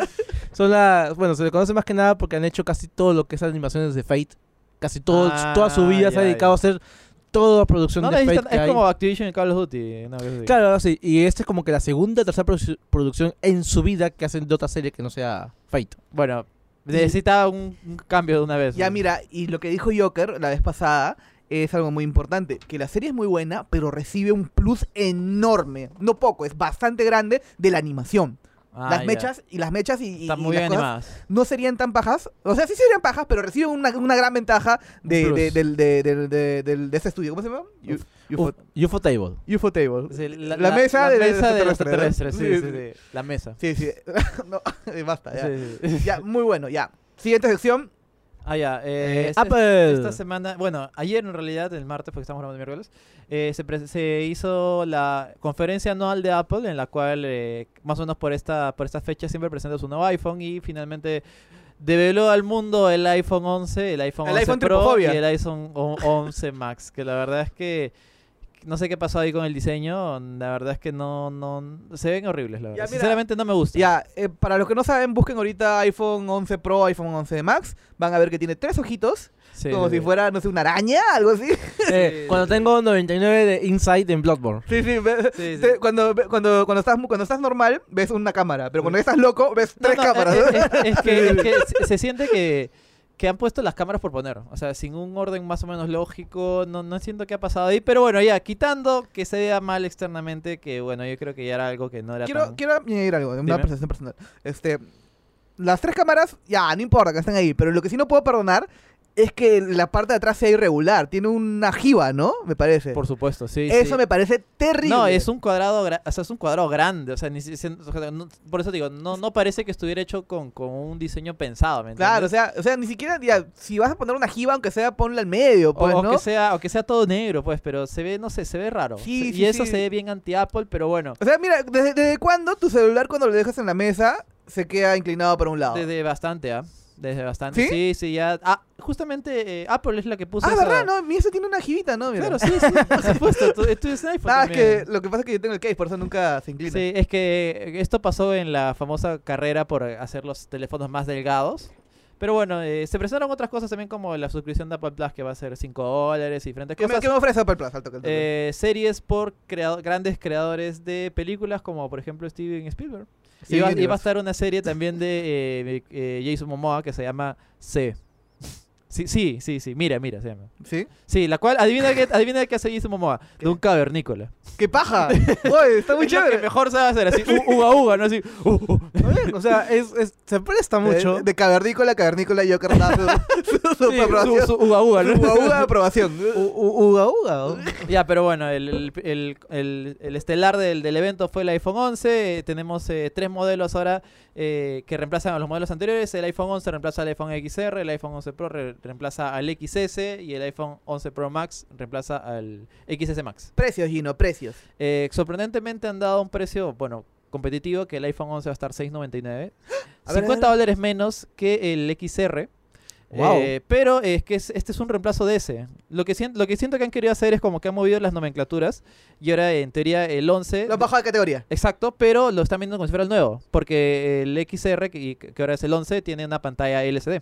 Bueno, se le conoce más que nada porque han hecho casi todo lo que es animaciones de Fate. Casi toda su vida se ha ya, dedicado ya. a hacer toda la producción No de Fate necesitan, que es hay. como Activision y Call of Duty. Una vez así. Claro, sí. Y esta es como que la segunda o tercera producción en su vida que hacen de otra serie que no sea Fate. Bueno, necesita un cambio de una vez. Ya mira, y lo que dijo Joker la vez pasada es algo muy importante, que la serie es muy buena, pero recibe un plus enorme, no poco, es bastante grande de la animación. Ah, las ya. mechas y Están y muy las bien cosas animadas. no serían tan pajas, o sea, sí serían pajas, pero reciben una gran ventaja Un de plus. de ese estudio. ¿Cómo se llama? Ufotable. Ufotable. Sí, la mesa de mesa de los extraterrestres, extraterrestres. ¿no? Sí, Sí, sí, sí. La mesa. Sí, no, basta, ya. Sí, sí. Ya, muy bueno, ya. Siguiente sección. Ah, ya. Apple. Esta semana, bueno, ayer en realidad, el martes, porque estamos grabando el miércoles, se hizo la conferencia anual de Apple, en la cual más o menos por esta fecha siempre presenta su nuevo iPhone y finalmente develó al mundo el iPhone 11, el iPhone 11 iPhone Pro tripofobia. y el iPhone 11 Max, que la verdad es que no sé qué pasó ahí con el diseño, la verdad es que no se ven horribles, la verdad. Ya, mira, Sinceramente no me gusta. Ya, para los que no saben, busquen ahorita iPhone 11 Pro, iPhone 11 Max. Van a ver que tiene 3 ojitos, Sí, como sí, si sí. fuera, no sé, una araña, algo así. Cuando tengo 99 de Insight en Bloodborne. Sí, sí, Sí, sí. cuando estás normal, ves una cámara, pero cuando estás loco, ves No, 3 no, cámaras. es que se siente que han puesto las cámaras por poner. O sea, sin un orden más o menos lógico. No siento qué ha pasado ahí. Pero bueno, ya, quitando que se vea mal externamente, que bueno, yo creo que ya era algo que no era tan... Quiero añadir algo, de una Dime. percepción personal. Las 3 cámaras, ya, no importa que estén ahí, pero lo que sí no puedo perdonar es que la parte de atrás sea irregular. Tiene una jiba, ¿no? Me parece. Por supuesto, sí. Eso sí. me parece terrible. No, es un cuadrado, o sea, es un cuadrado grande. O sea, o sea, por eso digo, no parece que estuviera hecho con un diseño pensado, ¿me Claro, entiendes? o sea, ni siquiera, ya, si vas a poner una jiba, aunque sea, ponla al medio, pues, o ¿no? que sea todo negro, pues, pero se ve, no sé, se ve raro. Sí, y sí, eso sí. se ve bien anti-Apple, pero bueno, O sea, mira, ¿desde cuándo tu celular cuando lo dejas en la mesa se queda inclinado para un lado? desde bastante, ¿ah? Desde bastante. ¿Sí? Sí, sí, ya. Justamente Apple es la que puso Ah, esa- ¿verdad? No, mi ese tiene una jibita, ¿no? Mira. Claro, sí, sí, por supuesto. Tú tienes un iPhone Ah, es también. que lo que pasa es que yo tengo el case, por eso nunca se inclina. Sí, es que esto pasó en la famosa carrera por hacer los teléfonos más delgados. Pero bueno, se presentaron otras cosas también como la suscripción de Apple Plus que va a ser $5 y diferentes cosas. ¿Qué me ofrece Apple Plus? Al toque. Series por grandes creadores de películas como por ejemplo Steven Spielberg. Sí, Iba a Universe. estar una serie también de Jason Momoa que se llama C. Sí, mira, se llama. ¿Sí? Sí, la cual, adivina qué hace Jason Momoa. ¿Qué? De un cavernícola. ¡Qué paja! Oye, está muy Es lo que chévere. mejor sabe hacer, así, uga, ¿no? Así, Está bien, o sea, se presta mucho. De cavernícola, yo carnada su Sí, aprobación. su uga, ¿no? Su uga aprobación. Uga, uga. Ya, pero bueno, el estelar del evento fue el iPhone 11. Tenemos 3 modelos ahora que reemplazan a los modelos anteriores. El iPhone 11 reemplaza al iPhone XR, el iPhone 11 Pro reemplaza al XS y el iPhone 11 Pro Max reemplaza al XS Max. Precios, Gino, precios. Sorprendentemente han dado un precio, bueno, competitivo, que el iPhone 11 va a estar $699. A ver, $50 menos que el XR. Wow. Pero es que este es un reemplazo de ese. Lo que siento que han querido hacer es como que han movido las nomenclaturas y ahora en teoría el 11... Lo han bajado de categoría. Exacto, pero lo están viendo como si fuera el nuevo, porque el XR, que ahora es el 11, tiene una pantalla LCD.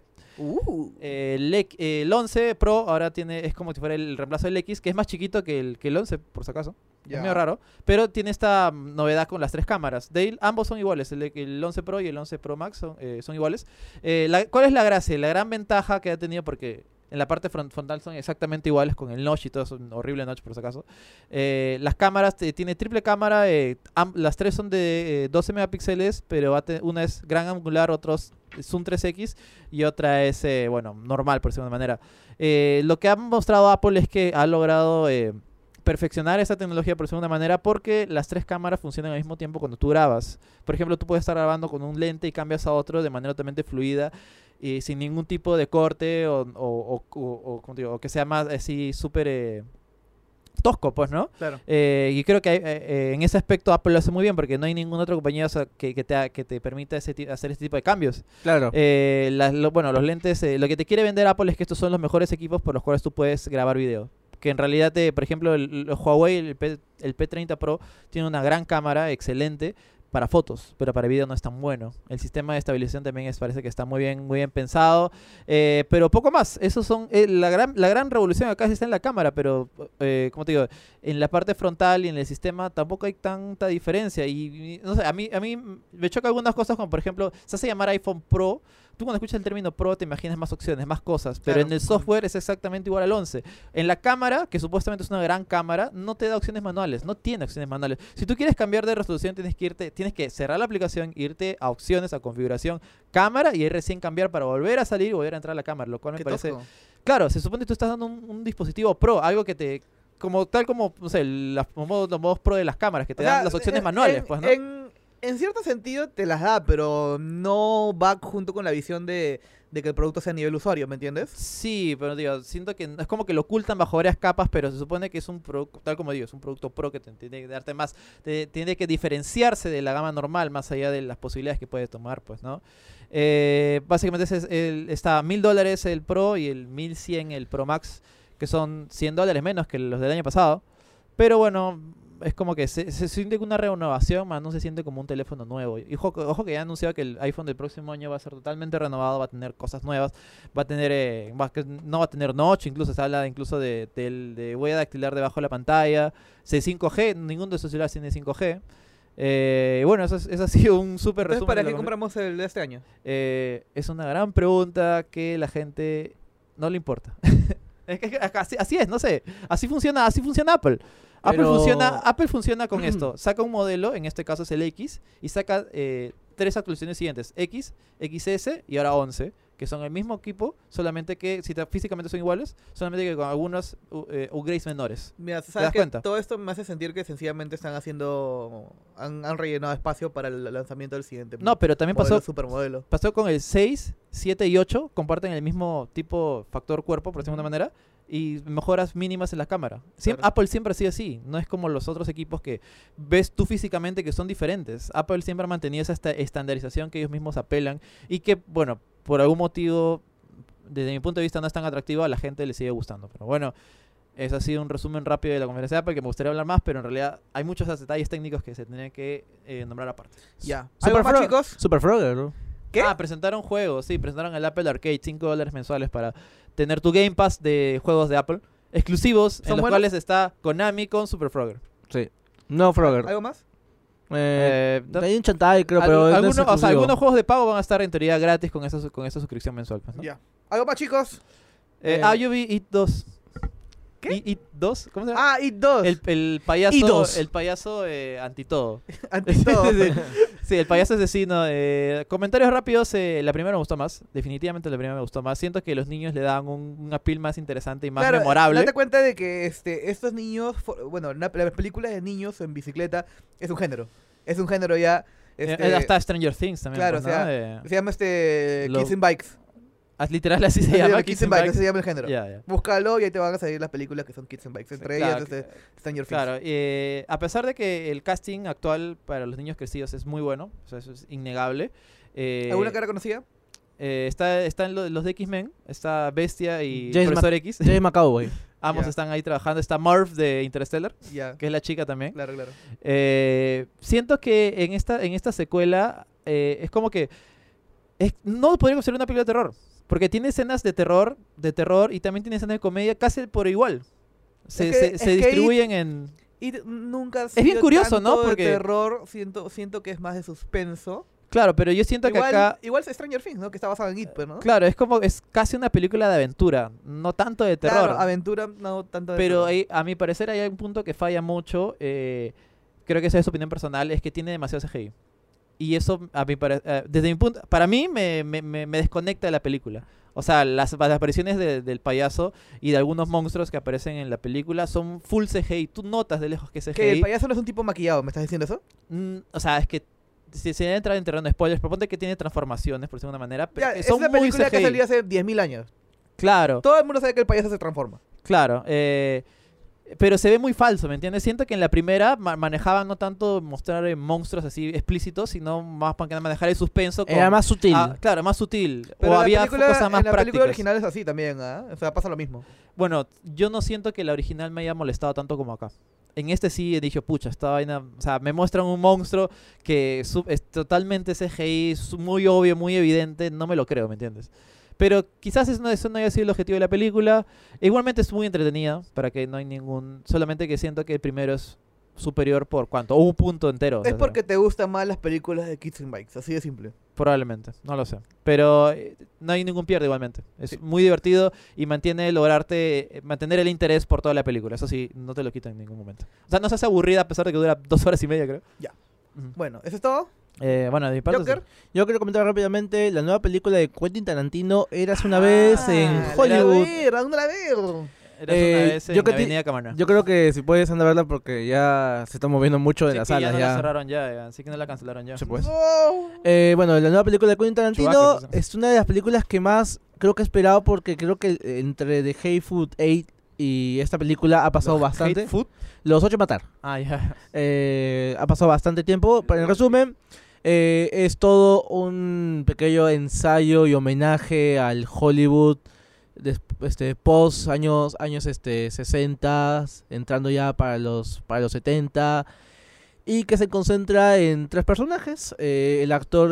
El 11 Pro ahora es como si fuera el reemplazo del X, que es más chiquito que el 11, por si acaso. Ya. Es medio raro, pero tiene esta novedad con las 3 cámaras. Ambos son iguales, el 11 Pro y el 11 Pro Max son iguales. ¿Cuál es la gracia? La gran ventaja que ha tenido, porque en la parte frontal son exactamente iguales con el notch y todo eso, un horrible notch por si acaso. Las cámaras, tiene triple cámara, las 3 son de 12 megapíxeles, pero una es gran angular, otros Zoom 3X y otra es, normal por decirlo de una manera. Lo que ha mostrado Apple es que ha logrado perfeccionar esa tecnología por decirlo de una manera porque las 3 cámaras funcionan al mismo tiempo cuando tú grabas. Por ejemplo, tú puedes estar grabando con un lente y cambias a otro de manera totalmente fluida y sin ningún tipo de corte o como te digo, o que sea más así súper tosco, pues, ¿no? Claro. Y creo que en ese aspecto Apple lo hace muy bien porque no hay ninguna otra compañía que te permita hacer este tipo de cambios. Claro. Los lentes, lo que te quiere vender Apple es que estos son los mejores equipos por los cuales tú puedes grabar video. Que en realidad, por ejemplo, el Huawei, el P30 Pro, tiene una gran cámara, excelente, para fotos, pero para video no es tan bueno. El sistema de estabilización también parece que está muy bien pensado, pero poco más. Esos son la gran revolución acá está en la cámara, pero como te digo, en la parte frontal y en el sistema tampoco hay tanta diferencia. Y no sé, a mí me choca algunas cosas, como por ejemplo, se hace llamar iPhone Pro. Tú cuando escuchas el término Pro te imaginas más opciones, más cosas, pero Claro. en el software es exactamente igual al 11. En la cámara, que supuestamente es una gran cámara, no te da opciones manuales, no tiene opciones manuales. Si tú quieres cambiar de resolución, tienes que cerrar la aplicación, irte a opciones, a configuración, cámara, y ahí recién cambiar para volver a salir y volver a entrar a la cámara, lo cual me Qué parece... tosco. Claro, se supone que tú estás dando un dispositivo Pro, algo que te... Tal como, no sé, los modos Pro de las cámaras, que te O sea, dan las opciones manuales, pues, ¿no? En cierto sentido te las da, pero no va junto con la visión de que el producto sea a nivel usuario, ¿me entiendes? Sí, pero digo, siento que es como que lo ocultan bajo varias capas, pero se supone que es un producto, tal como digo, es un producto pro que tiene que darte más, tiene que diferenciarse de la gama normal, más allá de las posibilidades que puede tomar, pues, ¿no? Básicamente está $1,000 el Pro y el 1,100 el Pro Max, que son $100 menos que los del año pasado, pero bueno... Es como que se siente una renovación, más no se siente como un teléfono nuevo. Y ojo que ya ha anunciado que el iPhone del próximo año va a ser totalmente renovado, va a tener cosas nuevas, va a tener no va a tener notch, incluso se habla incluso de huella dactilar debajo de la pantalla, 5G, ninguno de esos celulares tiene 5G. Bueno, eso ha sido un súper Entonces, resumen. ¿para de qué lo que- compramos el de este año? Es una gran pregunta que la gente no le importa. Es que así es, no sé. Así funciona Apple. Pero- Apple funciona con esto. Saca un modelo, en este caso es el X, y saca 3 actualizaciones siguientes. X, XS y ahora 11, que son el mismo equipo, solamente que físicamente son iguales, solamente que con algunos upgrades menores. Mira, das ¿sabes qué? cuenta? Todo esto me hace sentir que sencillamente han rellenado espacio para el lanzamiento del siguiente No, pero también modelo, pasó supermodelo. con el 6, 7 y 8, comparten el mismo tipo factor cuerpo, por decirlo de una manera, y mejoras mínimas en la cámara. Claro. Apple siempre ha sido así, no es como los otros equipos que ves tú físicamente que son diferentes. Apple siempre ha mantenido esa estandarización que ellos mismos apelan y que, bueno, por algún motivo, desde mi punto de vista, no es tan atractivo, a la gente le sigue gustando. Pero bueno, eso ha sido un resumen rápido de la conferencia de Apple, que me gustaría hablar más, pero en realidad hay muchos detalles técnicos que se tendrían que nombrar aparte. Ya. Super ¿Algo más, Frog- chicos? Super Frogger, ¿no? ¿Qué? Ah, presentaron juegos, sí, presentaron el Apple Arcade, $5 mensuales para tener tu Game Pass de juegos de Apple, exclusivos, en ¿Son los buenos? cuales está Konami con Super Frogger. Sí. No Frogger. ¿Algo más? Hay un Chantai, creo, pero no es algunos, o sea, exclusivo. algunos juegos de pago van a estar en teoría gratis con esa suscripción mensual. Pues, ¿no? Ya. ¿Algo más, chicos? Yo vi It 2. ¿Qué? It 2, ¿cómo se llama? Ah, It 2. El payaso, I2. el payaso anti todo. Ante todo. Sí, el payaso asesino. Comentarios rápidos, la primera me gustó más. Definitivamente la primera me gustó más. Siento que los niños le dan un appeal más interesante y más Claro, memorable. date cuenta de que estos niños, bueno, las películas de niños en bicicleta es un género. Es un género ya. Hasta Stranger Things también. claro, pues, o ¿no? sea, se llama Lo- Kids in Bikes. Literal así se llama. Kids in Bikes, así se llama el género. Ya, ya. Búscalo y ahí te van a salir las películas que son Kids in Bikes. Entre Claro, ellas Stranger Things. Claro, a pesar de que el casting actual para los niños crecidos es muy bueno, o sea, eso es innegable. ¿Alguna cara conocida? Están los de X-Men, está Bestia y James Profesor X. James McAvoy. Ambos Ya. están ahí trabajando. Está Marv de Interstellar, Ya. que es la chica también. Claro, claro. Siento que en esta secuela es como que no podría considerar una película de terror, porque tiene escenas de terror y también tiene escenas de comedia casi por igual. Se Es que distribuyen en... Y nunca ha Es bien sido curioso, tanto ¿no? de Porque- terror, siento que es más de suspenso. Claro, pero yo siento que acá... Igual Stranger Things, ¿no? Que está basado en It, pero, ¿no? Claro, es casi una película de aventura, no tanto de terror. Claro, aventura, no tanto de Pero terror. ahí, a mi parecer hay un punto que falla mucho, creo que esa es su opinión personal, es que tiene demasiado CGI. Y eso, desde mi punto, para mí me desconecta de la película. O sea, las apariciones del payaso y de algunos monstruos que aparecen en la película son full CGI. Tú notas de lejos que es CGI. Que el payaso no es un tipo maquillado, ¿me estás diciendo eso? O sea, es que si se entra en terreno de spoilers, proponte que tiene transformaciones, por decir una manera, pero Ya, que es son una muy película que CGI. salió hace 10.000 años. Claro. Todo el mundo sabe que el payaso se transforma. Claro, pero se ve muy falso, ¿me entiendes? Siento que en la primera manejaban no tanto mostrar monstruos así explícitos, sino más para manejar el suspenso. Era más sutil. Claro, más sutil. Pero o en la había película, cosas más en la película prácticas. original es así también, ¿ah? O sea, pasa lo mismo. Bueno, yo no siento que la original me haya molestado tanto como acá. En este sí dije, pucha, esta vaina... O sea, me muestran un monstruo que es totalmente CGI, es muy obvio, muy evidente. No me lo creo, ¿me entiendes? Pero quizás eso no haya sido el objetivo de la película. Igualmente es muy entretenida, para que no hay ningún... Solamente que siento que el primero es superior por ¿cuánto? Un punto entero. Es porque te gustan más las películas de Kids in Bikes, así de simple. Probablemente, no lo sé. Pero no hay ningún pierde igualmente. Es Sí. muy divertido y mantener el interés por toda la película. Eso sí, no te lo quita en ningún momento. O sea, no se hace aburrida a pesar de que dura 2 horas y media, creo. Ya. Ujú. Bueno, ¿eso es todo? Bueno, de mi parte... Joker. Yo quiero comentar rápidamente la nueva película de Quentin Tarantino, Eras una vez en Hollywood. ¿Dónde la veo? Eras una vez yo en que ti- Avenida Camaná. Yo creo que si puedes anda a verla porque ya se está moviendo mucho en Sí, las que salas. ya no Ya. la cerraron ya, así que no la cancelaron ya. Sí, pues. No. Bueno, la nueva película de Quentin Tarantino Chewbacca, pues, es una de las películas que más creo que he esperado porque creo que entre The Hateful Eight y esta película ha pasado Los bastante. Hate Food. Los 8 matar. Ah, ya. Ha pasado bastante tiempo. Pero en resumen, es todo un pequeño ensayo y homenaje al Hollywood post años 60, entrando ya para los 70, y que se concentra en 3 personajes. Un actor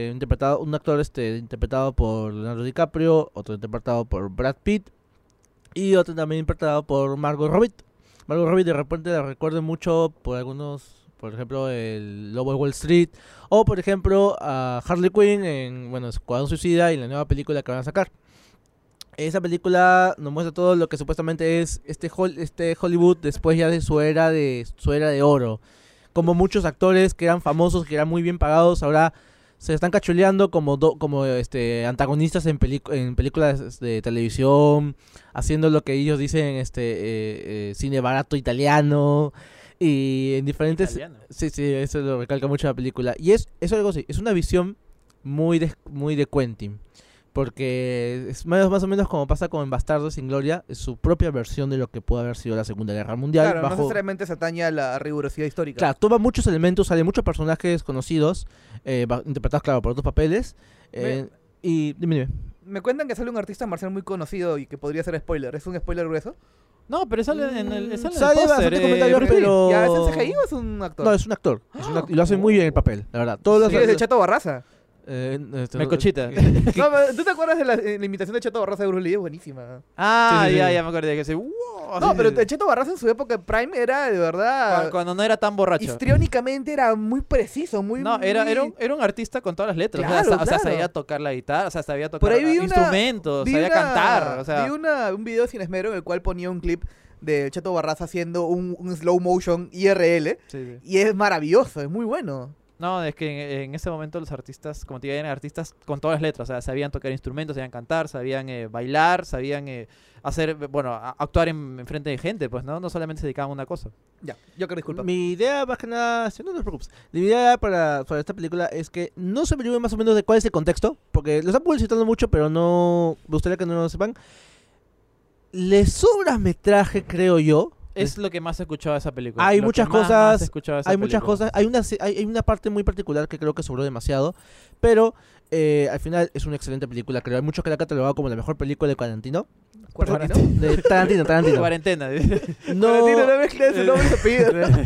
interpretado por Leonardo DiCaprio, otro interpretado por Brad Pitt y otro también interpretado por Margot Robbie. Margot Robbie de repente la recuerdo mucho por por ejemplo, el Lobo de Wall Street, o por ejemplo a Harley Quinn en Escuadrón Suicida y la nueva película que van a sacar. Esa película nos muestra todo lo que supuestamente es este Hollywood después ya de su era de oro. Como muchos actores que eran famosos, que eran muy bien pagados, ahora se están cachuleando como antagonistas en películas de televisión, haciendo lo que ellos dicen cine barato italiano, y en diferentes... Italiano. Sí, eso lo recalca mucho la película. Y es algo así, es una visión muy de Quentin. Porque es más o menos como pasa con Bastardos sin Gloria, es su propia versión de lo que pudo haber sido la Segunda Guerra Mundial. Claro, no bajo... necesariamente se atañe a la rigurosidad histórica. Claro, toma muchos elementos, sale muchos personajes conocidos, interpretados, claro, por otros papeles. Y dime. Me cuentan que sale un artista marcial muy conocido y que podría ser spoiler. ¿Es un spoiler grueso? No, pero sale en el Sale póster, bastante comentario, Bruce Lee. pero... ¿Ya es en CGI o es un actor? No, es un actor. Y lo hace muy bien el papel, la verdad. Todos los Sí, es de Chato Barraza. Melcochita. No, pero ¿tú te acuerdas de la imitación de Chato Barraza de Bruce Lee? Es buenísima. Ah, Sí, sí, ya, sí. ya me acordé que se... No, pero el Chato Barraza en su época Prime era de verdad... Cuando no era tan borracho. Histriónicamente era muy preciso, muy... No, era un artista con todas las letras. Claro, o sea, claro. sabía tocar la guitarra, o sea, sabía tocar Por ahí vi instrumentos, sabía cantar. O sea, vi un video sin esmero en el cual ponía un clip de Chato Barraza haciendo un slow motion IRL sí, sí. y es maravilloso, es muy bueno. No, es que en ese momento los artistas, como te digo, eran artistas con todas las letras. O sea, sabían tocar instrumentos, sabían cantar, sabían bailar, sabían hacer, bueno, actuar en frente de gente, pues, ¿no? No solamente se dedicaban a una cosa. Ya, yo creo, disculpa. Mi idea, más que nada, si no te preocupes, mi idea para esta película es que no se averigüe más o menos de cuál es el contexto, porque lo están publicitando mucho, pero no, me gustaría que no lo sepan. Le sobra metraje, creo yo. Es lo que más he escuchado de esa película. Hay Lo muchas que más cosas, he escuchado de esa hay muchas película. cosas, hay una parte muy particular que creo que sobró demasiado, pero al final es una excelente película, creo. Hay mucho que la ha catalogado como la mejor película de Tarantino. ¿Tarantino? De Tarantino. Cuarentena. No, Tarantino, no mezcles su nombre y su apellido.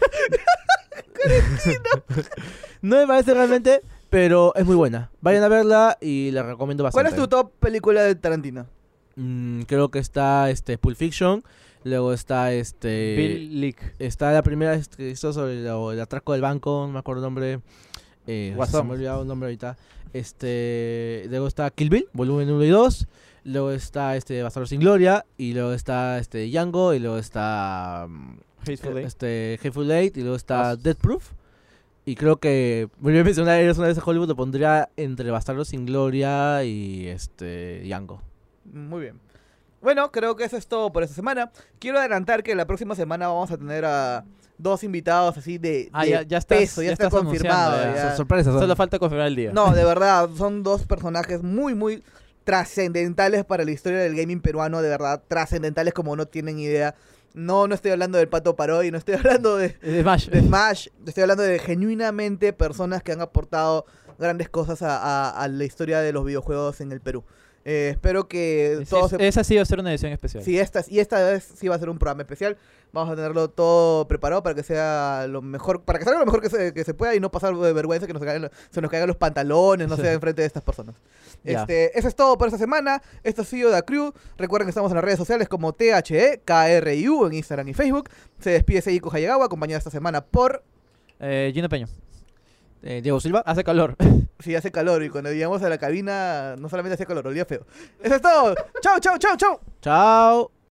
no me parece realmente, pero es muy buena. Vayan a verla y la recomiendo ¿Cuál bastante. es tu top película de Tarantino? Creo que está Pulp Fiction, luego está Bill Leak. está la primera que hizo sobre el atraco del banco, no me acuerdo el nombre. Guasón. Se me ha olvidado el nombre ahorita. Luego está Kill Bill, volumen 1 y 2. Luego está Bastardos sin Gloria. Y luego está Django. Y luego está Hateful Eight. Hateful Eight. Y luego está Death Proof. Y creo que, muy bien mencionar, eres una vez en Hollywood, lo pondría entre Bastardos sin Gloria y Django. Muy bien. Bueno, creo que eso es todo por esta semana. Quiero adelantar que la próxima semana vamos a tener a 2 invitados así de Ya estás, peso, ya está estás confirmado. anunciando, ya. Sorpresa. Solo falta confirmar el día. No, de verdad, son 2 personajes muy, muy trascendentales para la historia del gaming peruano, de verdad, trascendentales como no tienen idea. No estoy hablando del Pato Parodi, no estoy hablando de Smash. Smash, estoy hablando de genuinamente personas que han aportado grandes cosas a la historia de los videojuegos en el Perú. Espero que todos Esa sí va a ser una edición especial. Sí, esta vez sí va a ser un programa especial. Vamos a tenerlo todo preparado para que sea lo mejor, para que salga lo mejor que se pueda y no pasar de vergüenza que se nos caigan los pantalones, no sé, enfrente de estas personas. Ya. Eso es todo por esta semana. Esto ha sido The Crew. Recuerden que estamos en las redes sociales como THEKRIU en Instagram y Facebook. Se despide Seiko Hayagawa, acompañado esta semana por... Gino Peña. Diego Silva. Hace calor. Sí, hace calor y cuando llegamos a la cabina no solamente hacía calor, olía feo. Eso es todo. Chau, chau, chau, chau. Chao.